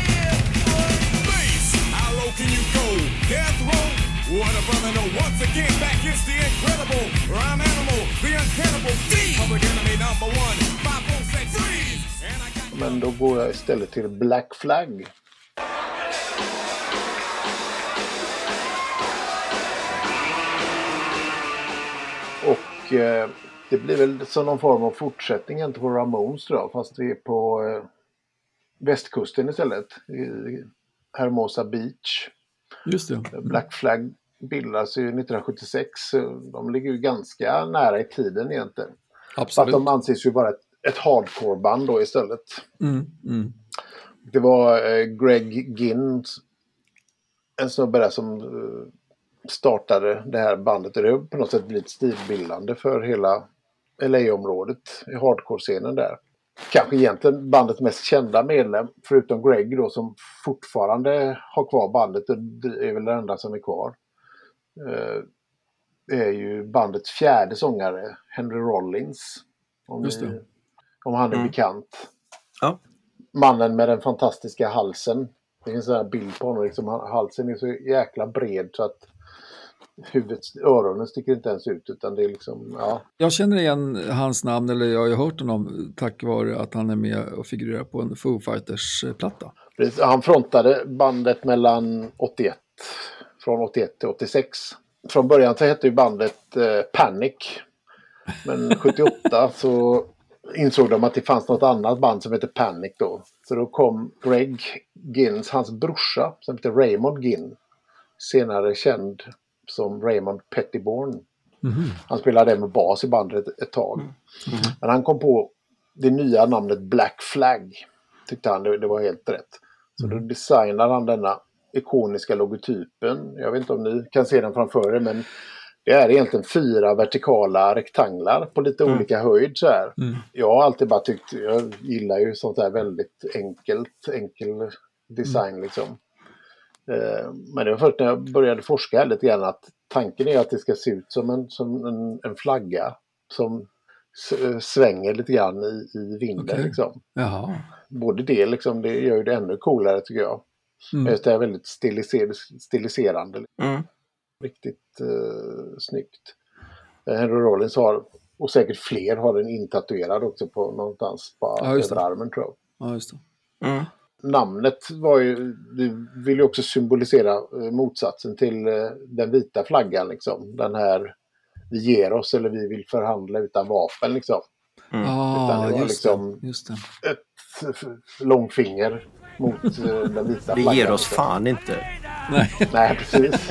Men då går jag istället till Black Flag. Och det blir väl som någon form av fortsättning inte på Ramones, tror jag, fast vi är på västkusten istället, i Hermosa Beach. Just det. Black Flag bildas ju 1976. De ligger ju ganska nära i tiden egentligen. Absolut. För att de anses ju vara ett hardcore-band då istället. Det var Greg Ginn, en snubbe där, som startade det här bandet. Det har på något sätt blivit stilbildande för hela LA-området i hardcore-scenen där. Kanske egentligen bandets mest kända medlem, förutom Greg då, som fortfarande har kvar bandet, det är väl det enda som är kvar. Det är ju bandets 4:e sångare, Henry Rollins. Om han är bekant. Ja. Mannen med den fantastiska halsen. Det finns en sån här bild på honom. Liksom, halsen är så jäkla bred så att öronen sticker inte ens ut, utan det är liksom, ja. Jag känner igen hans namn, eller jag har ju hört honom tack vare att han är med och figurerar på en Foo Fighters-platta. Precis, han frontade bandet från 81 till 86. Från början så hette ju bandet Panic. Men 78 så insåg de att det fanns något annat band som heter Panic då. Så då kom Greg Ginns, hans brorsa, som heter Raymond Ginn. Senare känd som Raymond Pettibone. Han spelade med bas i bandet ett tag. Men han kom på det nya namnet Black Flag. Tyckte han det var helt rätt. Så då designade han denna ikoniska logotypen. Jag vet inte om ni kan se den framför er, men det är egentligen 4 vertikala rektanglar på lite olika höjd så här. Jag har alltid bara tyckt, jag gillar ju sånt här väldigt enkel design liksom. Men det var först när jag började forska lite grann att tanken är att det ska se ut som en flagga som svänger lite grann i vinden. Okay. Liksom. Jaha. Både det liksom, det gör ju det ännu coolare tycker jag. Just det är väldigt stiliserande. Riktigt snyggt. Henry Rollins har, och säkert fler, har den intatuerad också på någonstans på överarmen, tror jag. Ja, just det. Namnet var ju, det vill ju också symbolisera motsatsen till den vita flaggan liksom. Den här, vi ger oss eller vi vill förhandla utan vapen liksom. Utan det var liksom just det. ett långfinger mot den vita flaggan. Vi ger oss fan inte. Nej, precis.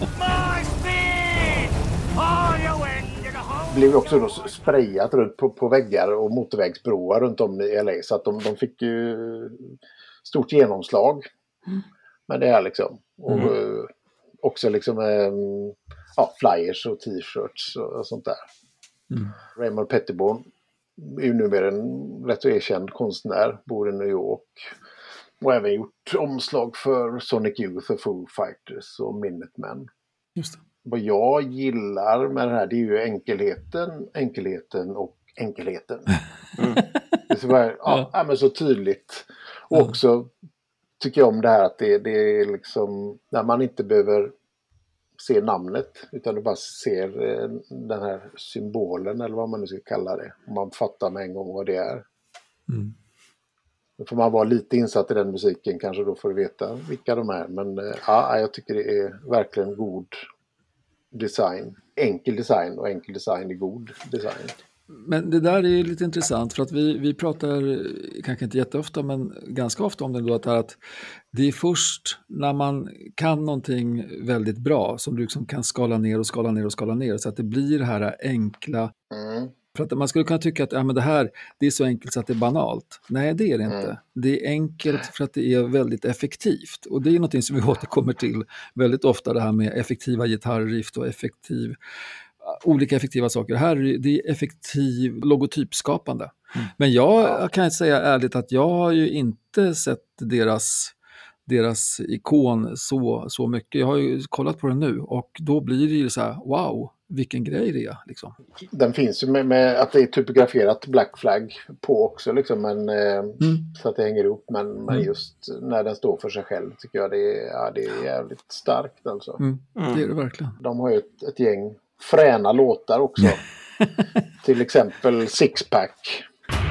Det blev också då sprayat runt på väggar och motorvägsbroar runt om i LA, så att de fick ju stort genomslag med det här liksom. Och också liksom flyers och t-shirts och sånt där. Raymond Pettibone är ju numera en rätt så erkänd konstnär, bor i New York. Och även gjort omslag för Sonic Youth och Foo Fighters och Minutemen. Just det. Vad jag gillar med det här, det är ju enkelheten och enkelheten. Det är så, bara, men så tydligt. Och också tycker jag om det här att det är liksom, när man inte behöver se namnet utan du bara ser den här symbolen eller vad man nu ska kalla det. Och man fattar med en gång vad det är. Då får man vara lite insatt i den musiken kanske då för att veta vilka de är. Men jag tycker det är verkligen god design. Enkel design, och enkel design är god design. Men det där är lite intressant för att vi pratar, kanske inte jätteofta men ganska ofta om det då, att det är först när man kan någonting väldigt bra som du liksom kan skala ner så att det blir det här enkla. För att man skulle kunna tycka att men det här, det är så enkelt så att det är banalt. Nej, det är det inte. Det är enkelt för att det är väldigt effektivt. Och det är någonting som vi återkommer till väldigt ofta, det här med effektiva gitarriff och olika effektiva saker. Här det är effektiv logotypskapande. Men jag kan säga ärligt att jag har ju inte sett deras ikon så mycket. Jag har ju kollat på den nu och då blir det ju så här, wow, vilken grej det är liksom. Den finns ju med att det är typograferat Black Flag på också liksom, men, så att det hänger ihop. Men just när den står för sig själv tycker jag det är jävligt starkt alltså. Det är det verkligen. De har ju ett gäng fräna låtar också. Till exempel Sixpack.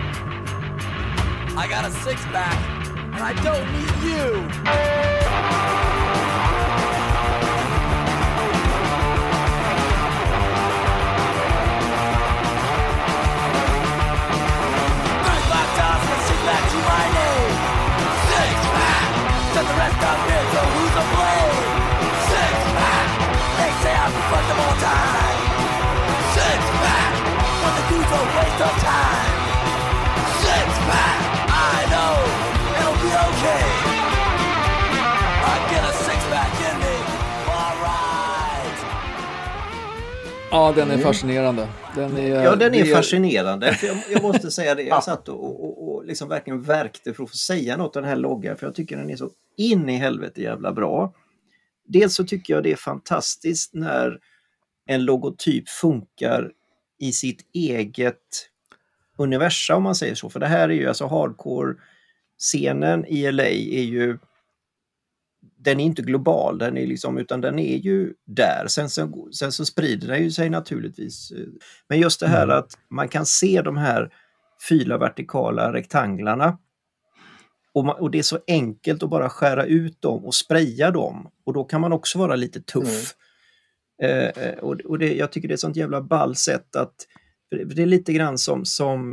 I got a six-pack and I don't need you. The rest of it, so who's to blame? Six-pack, they say I'm fucked them all time. Six-pack, what the dude's a waste of time. Six-pack, I know, it'll be okay. I get a six-pack in me, alright. Ja, den är fascinerande. Den är fascinerande. För jag måste säga det. Jag satt och liksom verkligen verkte för att få säga något av den här loggan. För jag tycker den är så in i helvete jävla bra. Dels så tycker jag det är fantastiskt när en logotyp funkar i sitt eget universum, om man säger så. För det här är ju alltså hardcore-scenen i LA är ju, den är inte global, den är liksom, utan den är ju där. Sen så sprider den ju sig naturligtvis. Men just det här att man kan se de här 4 vertikala rektanglarna och det är så enkelt att bara skära ut dem och spraya dem. Och då kan man också vara lite tuff. Och jag tycker det är ett sånt jävla ball sätt att, det är lite grann som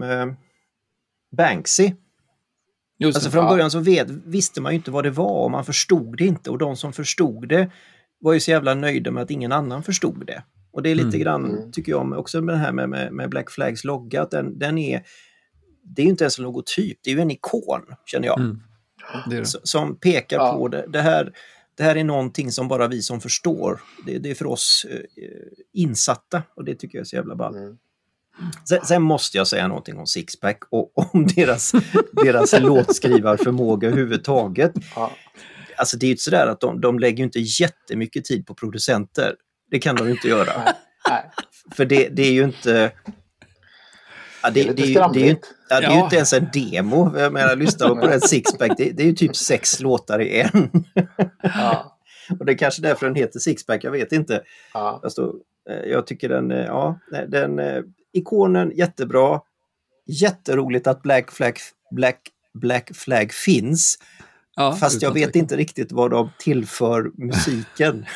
Banksy. Alltså från början så visste man ju inte vad det var och man förstod det inte. Och de som förstod det var ju så jävla nöjda med att ingen annan förstod det. Och det är lite grann, tycker jag, också med det här med Black Flags logga, att det är ju inte ens en logotyp, det är ju en ikon, känner jag. Det är det. Som pekar på det här är någonting som bara vi som förstår. Det är för oss insatta, och det tycker jag är så jävla ball. Sen måste jag säga någonting om Sixpack och om deras låtskrivarförmåga överhuvudtaget. Alltså det är ju inte sådär att de lägger inte jättemycket tid på producenter. Det kan de inte göra. För det är ju inte... Det är ju inte ens en demo. Jag menar, lyssna på den Sixpack. Det är ju typ 6 låtar i en. Och det är kanske därför den heter Sixpack, jag vet inte. Jag tycker den ikonen jättebra. Jätteroligt att Black Flag finns. Fast jag vet inte riktigt vad de tillför musiken.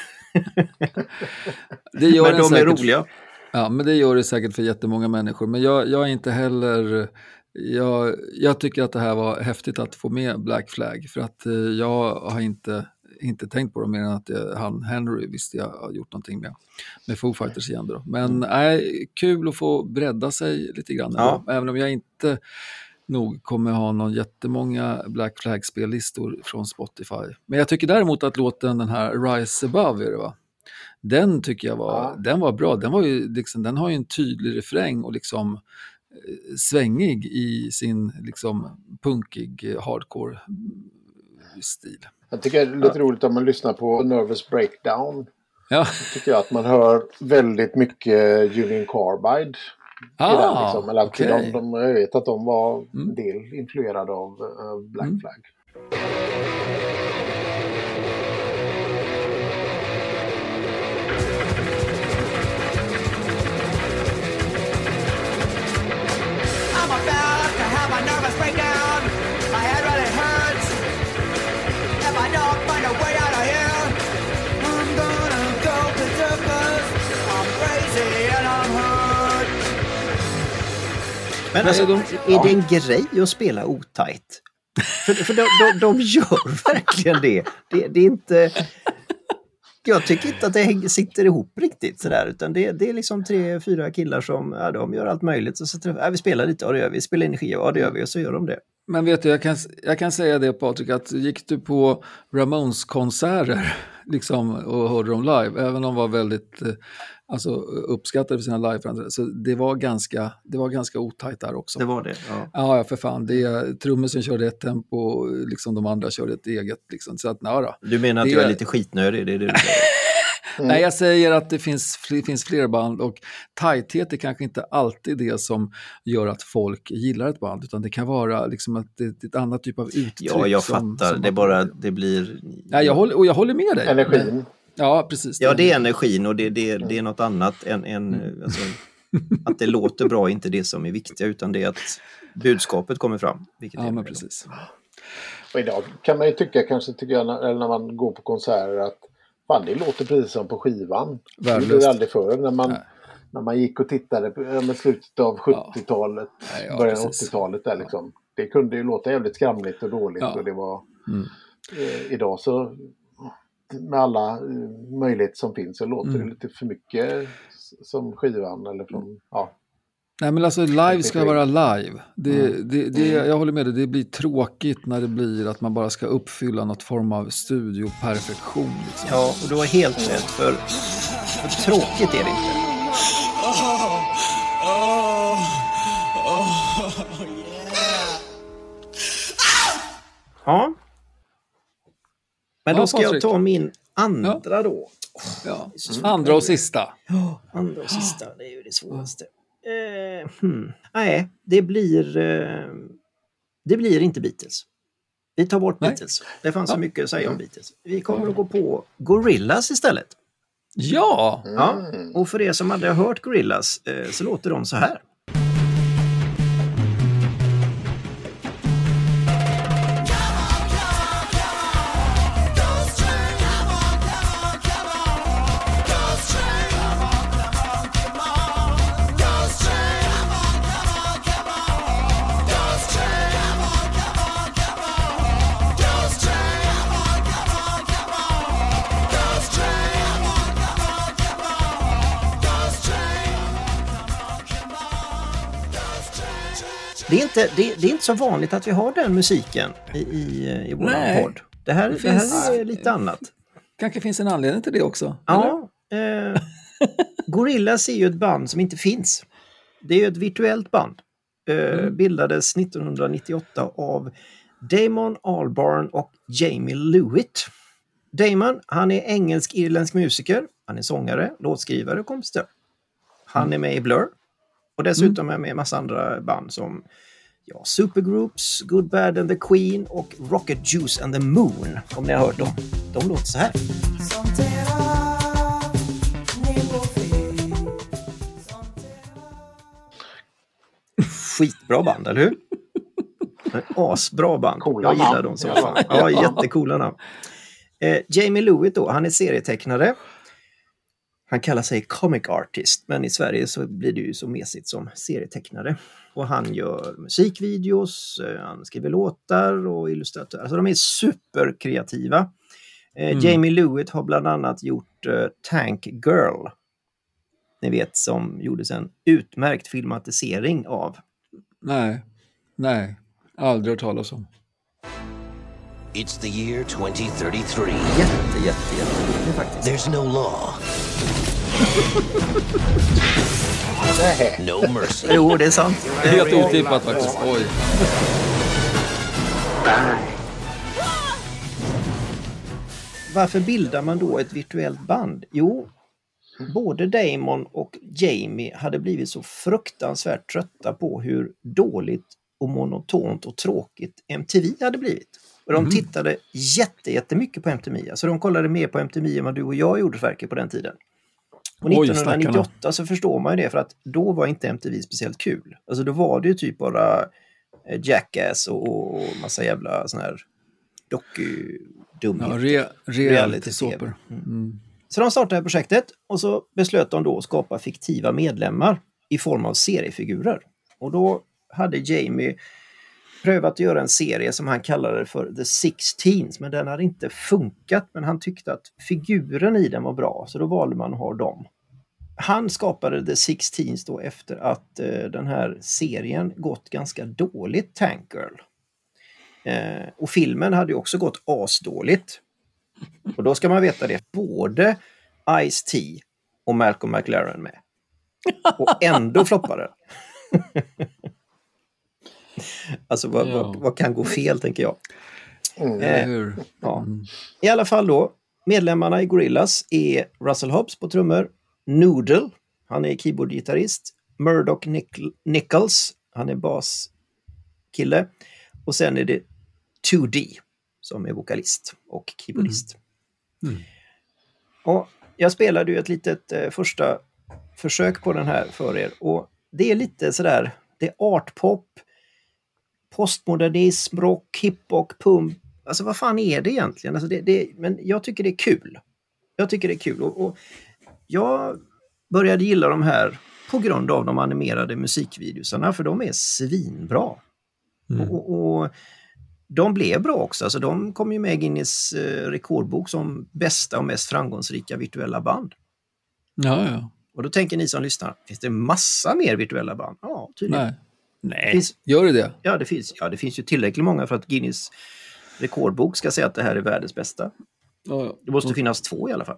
Men de är roliga. Ja, men det gör det säkert för jättemånga människor. Men jag är inte heller... Jag tycker att det här var häftigt att få med Black Flag. För att jag har inte tänkt på det mer än att han Henry visste jag har gjort någonting med Foo Fighters igen då. Men kul att få bredda sig lite grann. Även om jag inte nog kommer ha någon jättemånga Black Flag-spellistor från Spotify. Men jag tycker däremot att låten, den här Rise Above är det, va? Den tycker jag den var bra. Den var ju liksom, den har ju en tydlig refräng och liksom svängig i sin liksom punkig hardcore stil. Jag tycker det är lite roligt om man lyssnar på Nervous Breakdown. Ja. Tycker jag att man hör väldigt mycket Union Carbide. Liksom. Eller att jag vet att de var en del influerade av Black Flag. I'm about to have a nervous breakdown. My head really hurts. If I don't find a way out of here, I'm gonna go berserkers. I'm crazy and I'm hurt. Men alltså, är det en grej att spela otajt? För de gör verkligen det. Det är inte... Jag tycker inte att det sitter ihop riktigt sådär, utan det är liksom 3-4 killar som de gör allt möjligt. Så vi spelar lite, ja det gör vi. Spelar energi, ja det gör vi, och så gör de det. Men vet du, jag kan säga det, Patrik, att gick du på Ramones-konserter liksom, och hörde dem live, även om de var väldigt uppskattade för sina live, så det var ganska otajt där också. Det var det, ja. Ja, för fan. Trummisen körde ett tempo, liksom de andra körde ett eget. Liksom, så att, ja, du menar att jag är lite skitnödig, det är det du säger? Nej, jag säger att det finns fler band, och tajthet är kanske inte alltid det som gör att folk gillar ett band, utan det kan vara liksom att det är ett annat typ av uttryck. Ja, jag fattar. Det blir... Ja, jag håller med dig. Energin. Ja, precis. Ja, det är energin, och det är något annat än alltså, att det låter bra, inte det som är viktigt, utan det är att budskapet kommer fram. Ja, men precis. Och idag kan man ju tycker jag, när man går på konserter, att fan, det låter precis som på skivan. Det blev aldrig förr när man gick och tittade på slutet av 70-talet, början av 80-talet där liksom. Det kunde ju låta jävligt skramligt och dåligt, och det var idag så med alla möjligheter som finns så låter det lite för mycket som skivan eller från Nej, men alltså live ska vara live. Jag håller med dig, det blir tråkigt när det blir att man bara ska uppfylla något form av studioperfektion. Liksom. Ja, och du har helt rätt, för tråkigt är det inte. Ja. Men då ska jag ta min andra då. Ja. Andra och sista. Ja, andra och sista, det är ju det svåraste. Nej, det blir inte Beatles. Vi tar bort Beatles. Det fanns så mycket att säga om Beatles. Vi kommer att gå på Gorillaz istället. Ja! Ja, och för er som hade hört Gorillaz så låter de så här. Det är inte så vanligt att vi har den musiken i vår podd. Det här är lite annat. Kanske finns en anledning till det också. Ja, Gorillaz är ju ett band som inte finns. Det är ju ett virtuellt band. Bildades 1998 av Damon Albarn och Jamie Lewitt. Damon, han är engelsk-irländsk musiker. Han är sångare, låtskrivare och kompositör. Han är med i Blur. Och dessutom är med en massa andra band som Supergroups, Good Bad and the Queen och Rocket Juice and the Moon, om ni har hört dem. De låter så här. Skitbra band, eller hur? Asbra band. Jag gillar dem så fan. Ja, jättecoola namn. Jamie Lewitt då, han är serietecknare. Han kallar sig comic artist, men i Sverige så blir det ju så mesigt som serietecknare. Och han gör musikvideos, han skriver låtar och illustratörer. Alltså de är superkreativa. Jamie Lewitt har bland annat gjort Tank Girl. Ni vet, som gjordes en utmärkt filmatisering av. Nej, aldrig hört talas om. It's the year 2033. Jätte faktiskt. There's no law. No mercy. Jo, det är sant. Helt otippat faktiskt. Oj. Varför bildar man då ett virtuellt band? Jo, både Damon och Jamie hade blivit så fruktansvärt trötta på hur dåligt och monotont och tråkigt MTV hade blivit. Och de tittade jättemycket på MTV. Alltså de kollade mer på MTV än vad du och jag gjorde Sverker på den tiden. Och 1998 så förstår man ju det, för att då var inte MTV speciellt kul. Alltså då var det ju typ bara Jackass och massa jävla sån här doku-dumheter. Reality-såpor. Så de startade projektet och så beslöt de då att skapa fiktiva medlemmar i form av seriefigurer. Och då hade Jamie prövat att göra en serie som han kallade för The 16s, men den hade inte funkat, men han tyckte att figuren i den var bra, så då valde man att ha dem. Han skapade The 16s då efter att den här serien gått ganska dåligt, Tank Girl. Och filmen hade ju också gått asdåligt. Och då ska man veta det, både Ice-T och Malcolm McLaren med. Och ändå floppade den. Alltså vad kan gå fel, tänker jag. Ja. I alla fall då, medlemmarna i Gorillaz är Russell Hobbs på trummor, Noodle, han är keyboardgitarrist, Murdoch Nichols, han är baskille, och sen är det 2D som är vokalist och keyboardist. Och jag spelade ju ett litet första försök på den här för er, och det är lite sådär, det är artpop, postmodernism, rock, hiphop, pump. Alltså vad fan är det egentligen? Alltså men jag tycker det är kul. Och jag började gilla de här på grund av de animerade musikvideosarna, för de är svinbra. Och de blev bra också. Alltså de kom ju med i Guinness rekordbok som bästa och mest framgångsrika virtuella band. Ja. Och då tänker ni som lyssnar, finns det massa mer virtuella band? Ja, tydligen. Nej. Gör det? Ja, det finns ju tillräckligt många för att Guinness rekordbok ska säga att det här är världens bästa. Det måste finnas 2 i alla fall.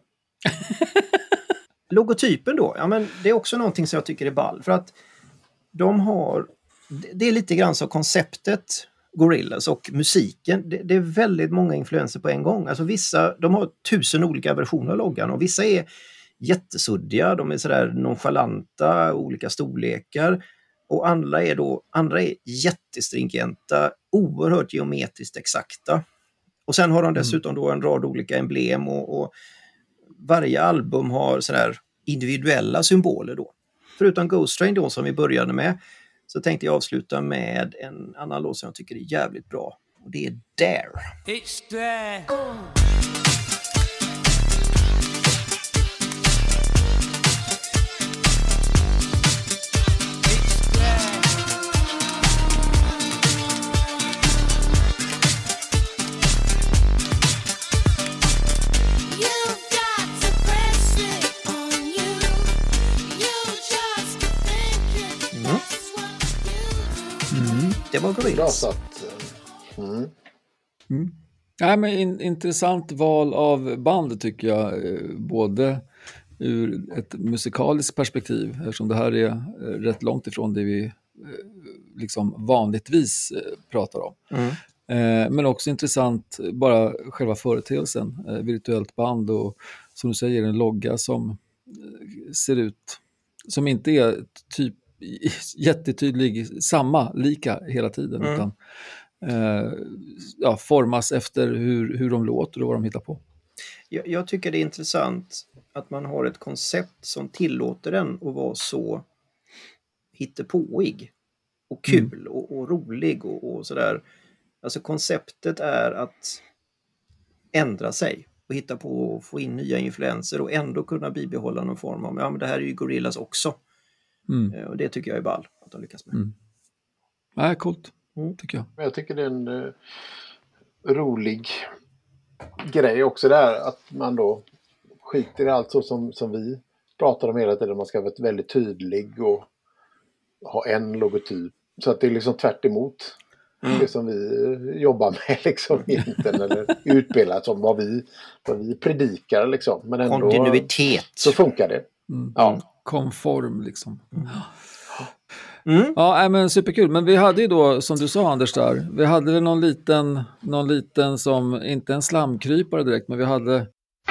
Logotypen då, ja, men det är också någonting som jag tycker är ball, för att de har, det är lite grann så konceptet Gorillaz och musiken, det är väldigt många influenser på en gång. Alltså vissa, de har 1000 olika versioner av loggan, och vissa är jättesuddiga, de är sådär nonchalanta, olika storlekar, och andra är jättestringenta, oerhört geometriskt exakta. Och sen har de dessutom då en rad olika emblem, och varje album har sådär individuella symboler då. Förutom Ghost Train då, som vi började med, så tänkte jag avsluta med en annan låt som jag tycker är jävligt bra, och det är Dare. It's there. Det var Gorillaz. Nej, men intressant val av band tycker jag, både ur ett musikaliskt perspektiv, eftersom det här är rätt långt ifrån det vi liksom vanligtvis pratar om. Men också intressant bara själva företeelsen, virtuellt band, och som du säger en logga som ser ut, som inte är typ jättetydlig, lika hela tiden, utan formas efter hur de låter och vad de hittar på. Jag tycker det är intressant att man har ett koncept som tillåter den att vara så hittepåig och kul och rolig och sådär. Alltså konceptet är att ändra sig och hitta på och få in nya influenser och ändå kunna bibehålla någon form av, men det här är ju Gorillaz också. Och det tycker jag är ball att de lyckas med. Nej, coolt, tycker jag. Jag tycker det är en rolig grej också där, att man då skiter i allt så som vi pratar om hela tiden. Man ska vara väldigt tydlig och ha en logotyp. Så att det är liksom tvärt emot. Det som vi jobbar med liksom egentligen, eller utbildat som vad vi predikar liksom. Men ändå kontinuitet. Så funkar det. Ja. Konform liksom. Ja, men superkul. Men vi hade ju då, som du sa Anders där, vi hade väl någon liten som, inte en slamkrypare direkt, men vi hade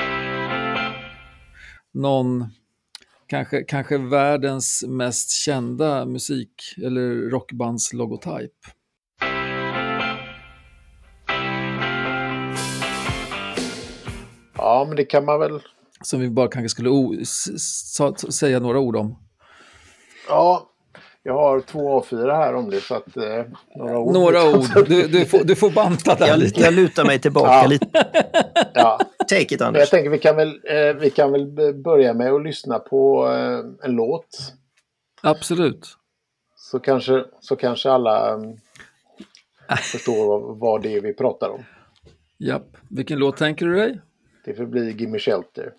någon, kanske världens mest kända musik- eller rockbandslogotyp. Ja, men det kan man väl. Som vi bara kanske skulle säga några ord om. Ja, jag har 2 A4 här om det, så att några ord. Du får banta där lite. Jag lutar mig tillbaka lite. Ja. Take it, Anders. Jag tänker vi kan väl börja med att lyssna på en låt. Absolut. Så kanske alla förstår vad det är vi pratar om. Japp. Vilken låt tänker du dig? Det får bli Gimme Shelter.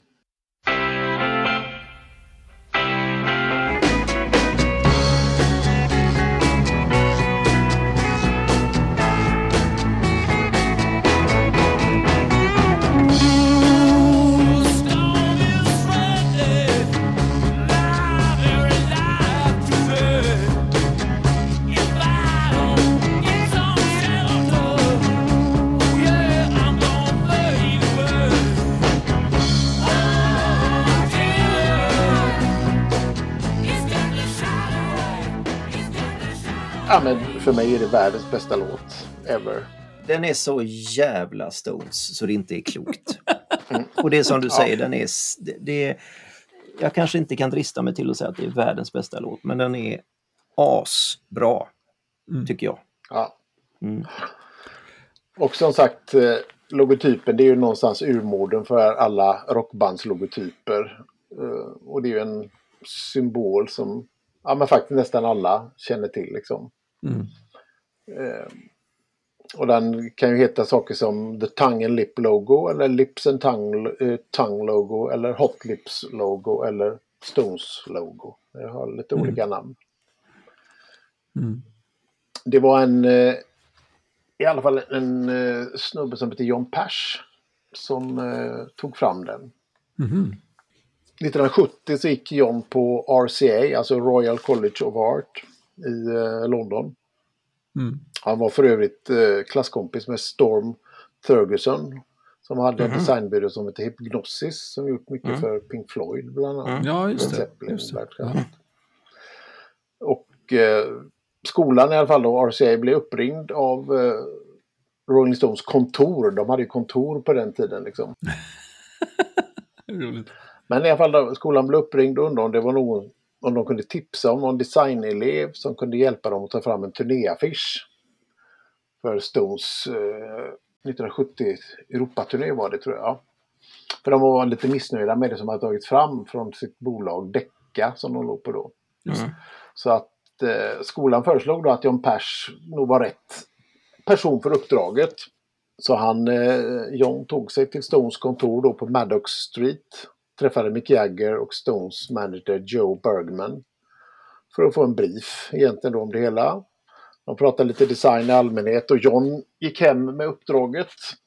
Ja, men för mig är det världens bästa låt ever. Den är så jävla Stones så det inte är klokt. Och det är som du säger, den är... jag kanske inte kan drista mig till att säga att det är världens bästa låt, men den är asbra, tycker jag. Ja. Och som sagt, logotypen, det är ju någonstans urmoden för alla rockbandslogotyper. Och det är ju en symbol som men faktiskt nästan alla känner till liksom. Och den kan ju heta saker som The Tongue and Lip Logo, eller Lips and Tongue Logo, eller Hot Lips Logo, eller Stones Logo. Det har lite olika namn. Det var i alla fall en snubbe som heter John Pash som tog fram den. 1970 så gick John på RCA, alltså Royal College of Art i London. Han var för övrigt klasskompis med Storm Thurgerson som hade en designbyrå som heter Hypnosis som gjort mycket för Pink Floyd bland annat. Ja, just det. Och skolan i alla fall då, RCA, blev uppringd av Rolling Stones kontor. De hade ju kontor på den tiden liksom. Roligt. Men i alla fall då, skolan blev uppringd och undrade om det var någon, om de kunde tipsa om någon designelev som kunde hjälpa dem att ta fram en turnéaffisch för Stones 1970 Europaturné var det, tror jag. För de var lite missnöjda med det som hade tagit fram från sitt bolag Decca som de låg på då. Så att skolan föreslog då att John Pash nog var rätt person för uppdraget. Så John tog sig till Stones kontor då på Maddox Street, träffade Mick Jagger och Stones manager Joe Bergman för att få en brief egentligen då om det hela. De pratade lite design i allmänhet och John gick hem med uppdraget.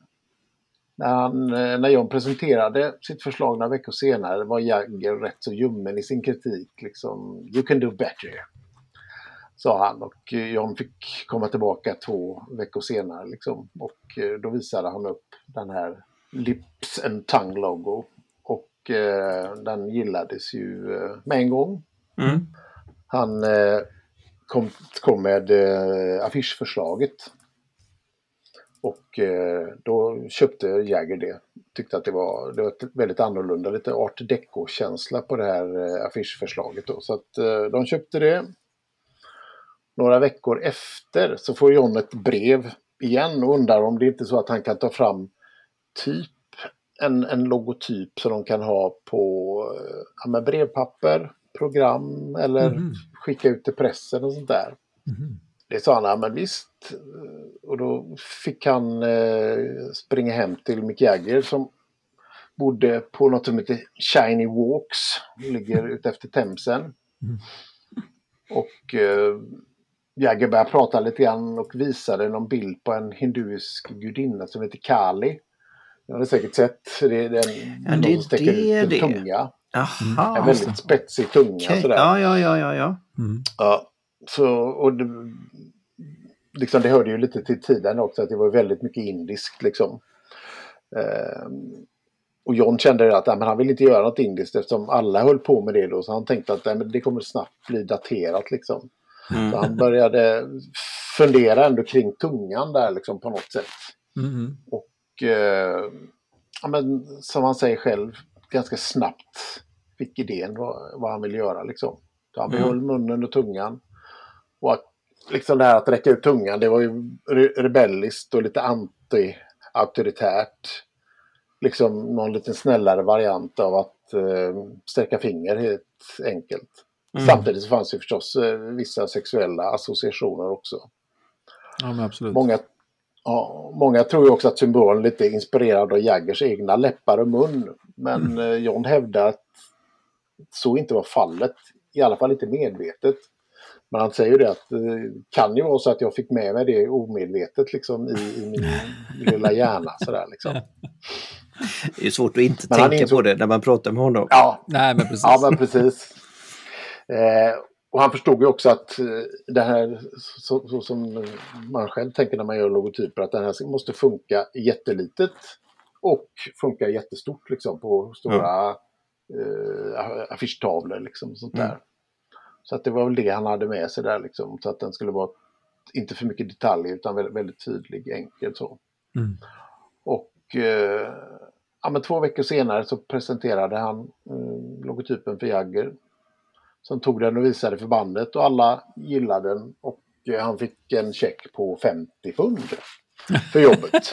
När John presenterade sitt förslag några veckor senare var Jagger rätt så ljummen i sin kritik. Liksom, you can do better, sa han, och John fick komma tillbaka 2 veckor senare liksom, och då visade han upp den här Lips and Tongue logo och den gillades ju med en gång. Han kom med affischförslaget och då köpte Jagger det. Tyckte att det var ett väldigt annorlunda, lite art deco-känsla på det här affischförslaget då. Så att de köpte det. Några veckor efter så får John ett brev igen och undrar om det inte är så att han kan ta fram typ en logotyp som de kan ha på med brevpapper, program eller skicka ut till pressen och sånt där. Det sa han, men visst. Och då fick han springa hem till Mick Jagger som bodde på något som heter Shiny Walks, ligger ute efter Themsen. Och Jagger började prata lite grann och visade någon bild på en hinduisk gudinna som heter Kali. Jag har säkert sett. Det är den det någon sticker ut en det. tunga. Aha. En väldigt spetsig tunga. Okay. Sådär. Ja. Ja, så, och det, liksom, det hörde ju lite till tiden också att det var väldigt mycket indiskt liksom. Och John kände att men han ville inte göra något indiskt eftersom alla höll på med det då. Så han tänkte att men det kommer snabbt bli daterat liksom. Så han började fundera ändå kring tungan där liksom på något sätt. Och men, som han säger själv ganska snabbt fick idén vad han ville göra liksom. Så han behöll munnen och tungan. Och att, liksom det här att räcka ut tungan, det var ju rebelliskt och lite anti-auktoritärt. Liksom någon lite snällare variant av att sträcka finger helt enkelt. Samtidigt så fanns det förstås vissa sexuella associationer också. Ja, men absolut. Många tror ju också att symbolen är lite inspirerad av Jaggers egna läppar och mun. Men John hävdar att så inte var fallet. I alla fall inte medvetet. Men han säger ju det att det kan ju vara så att jag fick med mig det omedvetet liksom i min lilla hjärna. Sådär, liksom. Det är svårt att inte tänka på det när man pratar med honom. Ja, Nej, men precis. Ja, men precis. Och han förstod ju också att det här så som man själv tänker när man gör logotyper, att det här måste funka jättelitet och funka jättestort liksom, på stora affischtavlor liksom, sånt där. Så att det var väl det han hade med sig där liksom, så att den skulle vara inte för mycket detaljer utan väldigt, väldigt tydlig, enkel så. Och men 2 veckor senare så presenterade han logotypen för Jagger. Som tog den och visade för bandet och alla gillade den och han fick en check på 50 pund för jobbet.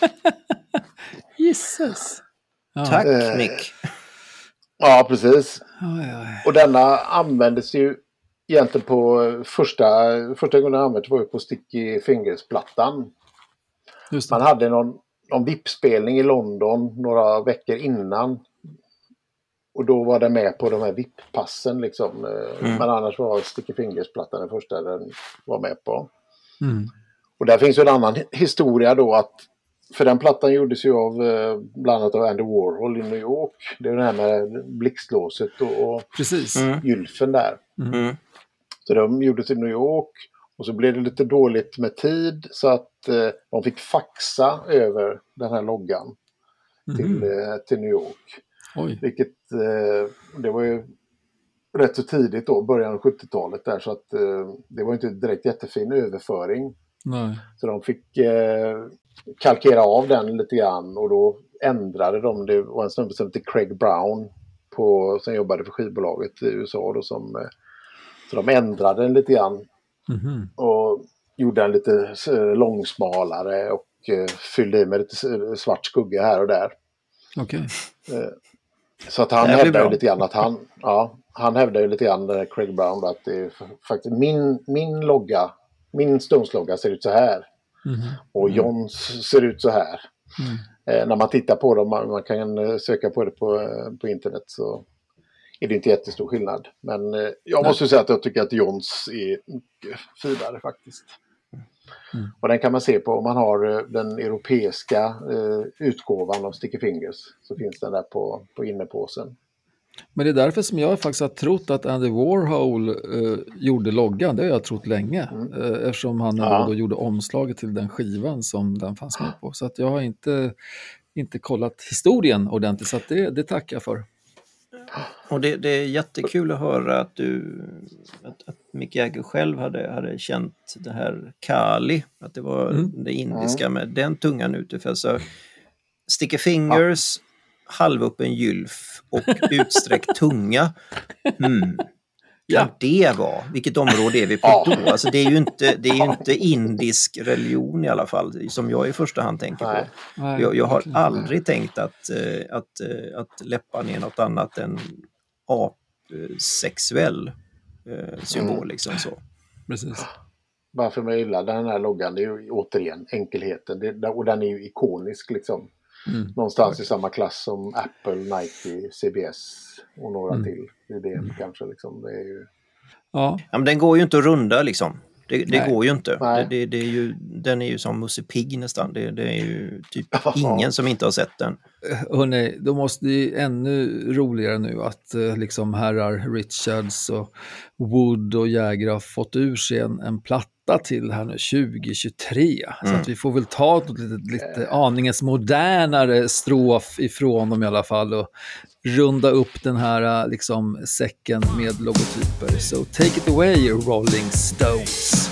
Jesus. Ja. Tack Nick. Ja, precis. Oj. Och denna användes ju egentligen på första gången den användes var ju på Sticky Fingers-plattan. Just det. Man hade någon VIP-spelning i London några veckor innan. Och då var det med på de här VIP-passen liksom. Men annars var Sticky Fingers-plattan den första den var med på. Och där finns ju en annan historia då att för den plattan gjordes ju av bland annat av Andy Warhol i New York. Det är det här med blixtlåset och gylfen där. Så de gjordes i New York och så blev det lite dåligt med tid så att de fick faxa över den här loggan till New York. Oj. Vilket det var ju rätt så tidigt då, början av 70-talet där, så att det var inte direkt jättefin överföring. Nej. Så de fick kalkera av den lite grann och då ändrade de, det var en snubbe som heter Craig Brown som jobbade för skivbolaget i USA då, så de ändrade den lite grann och gjorde den lite långsmalare och fyllde i med lite svart skugga här och där. Okej. Så att han hävdar ju lite grann att han hävdar ju lite grann den här Craig Brown att det är faktiskt min Stones-logga ser ut så här. Och Johns ser ut så här. När man tittar på dem, man kan söka på det på internet, så är det inte jättestor skillnad. Men jag måste säga att jag tycker att Johns är mycket finare faktiskt. Och den kan man se på om man har den europeiska utgåvan av Sticky Fingers, så finns den där på innepåsen. Men det är därför som jag faktiskt har trott att Andy Warhol gjorde loggan. Det har jag trott länge. Eftersom han då gjorde omslaget till den skivan som den fanns med på. Så att jag har inte kollat historien ordentligt. Så att det tackar jag för. Och det är jättekul att höra att att Mick Jagger själv hade känt det här Kali. Att det var det indiska med den tungan ute. För alltså, Sticky Fingers, halvöppen gylf och utsträckt tunga. Kan det vara? Vilket område är vi på då? Alltså det är ju inte indisk religion i alla fall, som jag i första hand tänker på. Jag har aldrig tänkt att läppan är något annat än apsexuell symbol liksom så. Precis. Varför man gillar den här loggan, det är ju återigen enkelheten. Och den är ju ikonisk liksom. Någonstans i samma klass som Apple, Nike, CBS och några till. IBM kanske liksom. Det är ju... Ja, men den går ju inte att runda liksom. Det går ju inte. Nej. Det är ju, den är ju som Musse Pigg nästan. Det är ju typ ingen som inte har sett den. Hörrni, då måste det ännu roligare nu att liksom herrar Richards och Wood och Jäger har fått ur sig en platta till här nu 2023. Så att vi får väl ta ett lite aningens modernare strof ifrån dem i alla fall och runda upp den här liksom säcken med logotyper. So take it away, Rolling Stones.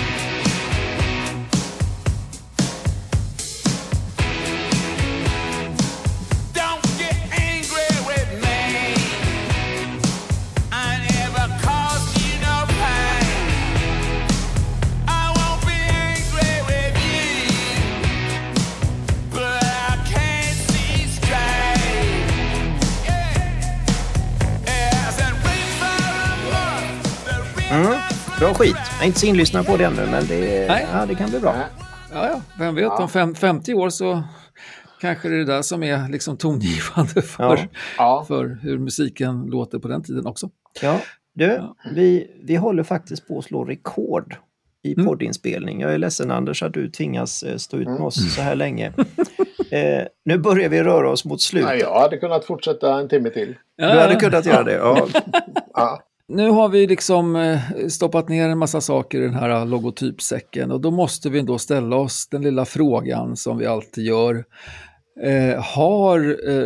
Bra skit. Jag är inte så inlyssnad på det ännu, men det kan bli bra. Ja, vem vet, om 50 år så kanske det är det där som är liksom tongivande för hur musiken låter på den tiden också. Ja, vi håller faktiskt på att slå rekord i poddinspelning. Jag är ledsen, Anders, att du tvingas stå ut med oss så här länge. Nu börjar vi röra oss mot slutet. Nej, jag hade kunnat fortsätta en timme till. Du hade kunnat göra det, Ja. Nu har vi liksom stoppat ner en massa saker i den här logotypsäcken och då måste vi då ställa oss den lilla frågan som vi alltid gör. Har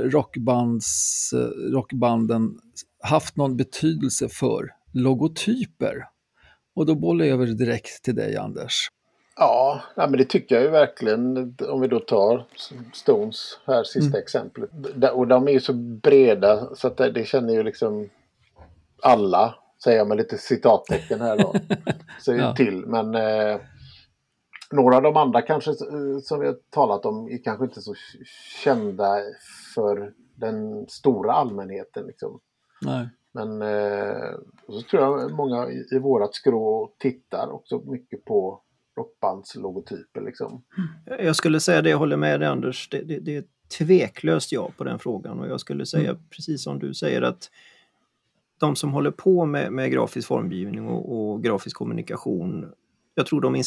rockbanden haft någon betydelse för logotyper? Och då bollar jag över direkt till dig, Anders. Ja, men det tycker jag ju verkligen. Om vi då tar Stones här, sista exemplet. Och de är ju så breda så att det känner ju liksom alla, säger jag med lite citattecken här då, säger till. Men några av de andra kanske som vi har talat om är kanske inte så kända för den stora allmänheten liksom. Nej. Men så tror jag många i vårat skrå tittar också mycket på rockbandslogotyper liksom. Jag skulle säga det, jag håller med dig, Anders. Det är tveklöst ja på den frågan, och jag skulle säga precis som du säger att de som håller på med grafisk formgivning och grafisk kommunikation, jag tror de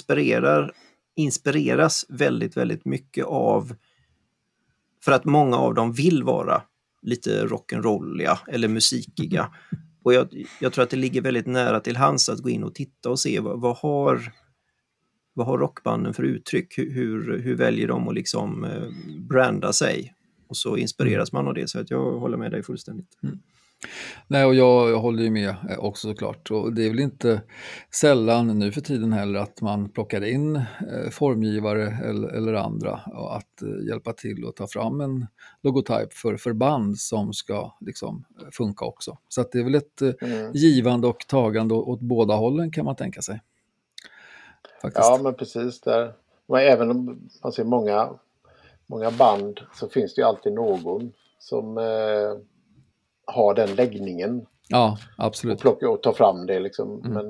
inspireras väldigt, väldigt mycket av, för att många av dem vill vara lite rock'n'rolliga eller musikiga. Och jag tror att det ligger väldigt nära till hands att gå in och titta och se vad har rockbanden för uttryck? Hur väljer de att liksom branda sig? Och så inspireras man av det, så att jag håller med dig fullständigt. Nej, och jag håller ju med också såklart. Och det är väl inte sällan nu för tiden heller att man plockar in formgivare eller andra att hjälpa till att ta fram en logotyp för band som ska liksom funka också. Så att det är väl ett givande och tagande åt båda hållen, kan man tänka sig. Faktiskt. Ja, men precis där. Men även om man ser många band, så finns det ju alltid någon som har den läggningen. Ja, absolut. Och ta fram det liksom. Men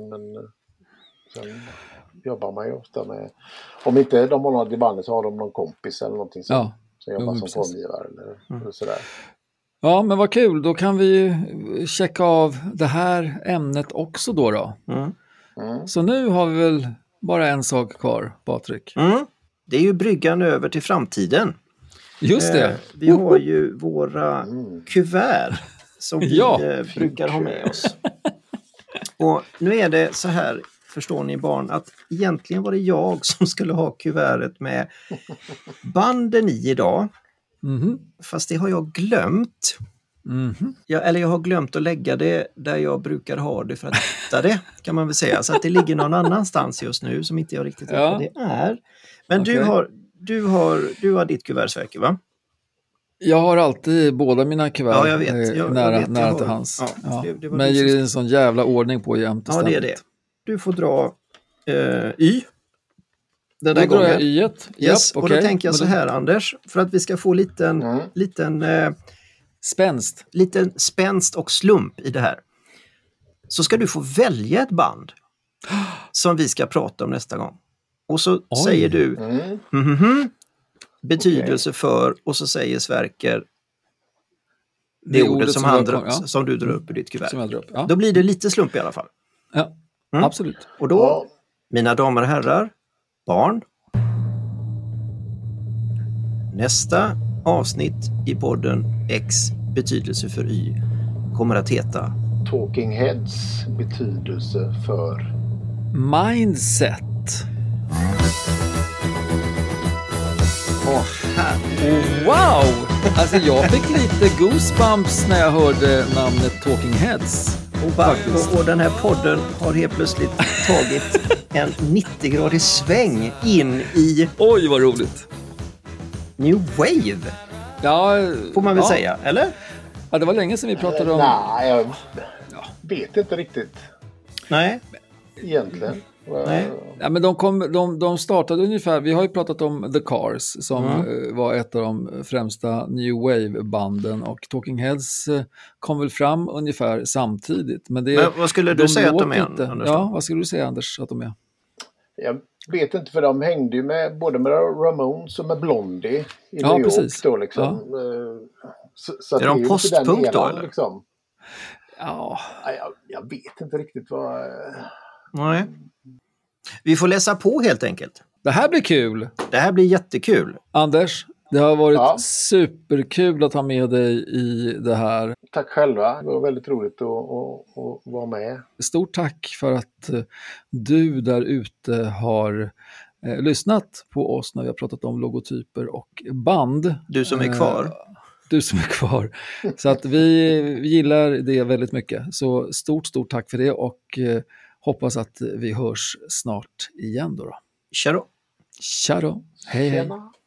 sen jobbar man ju ofta med, om inte de har något i bandet så har de någon kompis eller någonting som jobbar som formgivare eller sådär. Ja, men vad kul. Då kan vi checka av det här ämnet också då. Så nu har vi väl bara en sak kvar, Patrik. Det är ju bryggan över till framtiden. Just det. Vi har ju våra kuvert som vi brukar ha med oss. Och nu är det så här, förstår ni barn, att egentligen var det jag som skulle ha kuvertet med banden i idag. Fast det har jag glömt. Jag har glömt att lägga det där jag brukar ha det för att hitta det, kan man väl säga. Så att det ligger någon annanstans just nu som inte jag riktigt vet vad det är. Men okay. Du har ditt kuvert, Sverker, va? Jag har alltid båda mina kuvert nära till hands. Men det är en sån jävla ordning på jämt och ständigt. Ja, det är det. Du får dra Y. Den där gången. Drar jag Y-et. Yes, och då tänker jag så här, Anders. För att vi ska få liten spänst. Liten spänst och slump i det här. Så ska du få välja ett band som vi ska prata om nästa gång. Och så säger du betydelse för, och så säger Sverker det ordet som du drar upp i ditt kuvert. Som jag drar upp, Då blir det lite slump i alla fall. Ja, absolut. Och då Mina damer och herrar, barn. Nästa avsnitt i podden X betydelse för Y kommer att heta Talking Heads betydelse för Mindset. Wow! Alltså jag fick lite goosebumps när jag hörde namnet Talking Heads. och den här podden har helt plötsligt tagit en 90-gradig sväng in i Oj, vad roligt. New Wave, Ja, får man väl säga, eller? Ja, det var länge sedan vi pratade om... Nej, jag vet inte riktigt Nej. egentligen. Nej. Ja, men de startade ungefär, vi har ju pratat om The Cars som var ett av de främsta New Wave-banden, och Talking Heads kom väl fram ungefär samtidigt. Men vad skulle du säga att de är, inte. Anders? Ja, vad skulle du säga, Anders, att de är? Jag vet inte, för de hängde ju med både med Ramones och med Blondie i New York precis. då liksom. Så Är de ju postpunk inte den då, eran, eller? Liksom. Ja. Jag vet inte riktigt vad... Nej. Vi får läsa på helt enkelt. Det här blir kul! Det här blir jättekul. Anders, det har varit superkul att ha med dig i det här. Tack själva, det var väldigt roligt att vara med. Stort tack för att du där ute har lyssnat på oss när vi har pratat om logotyper och band. Du som är kvar. Du som är kvar. Så att vi gillar det väldigt mycket. Så stort tack för det, och hoppas att vi hörs snart igen då. Tja då. Tja då. Hej hej. Tjena.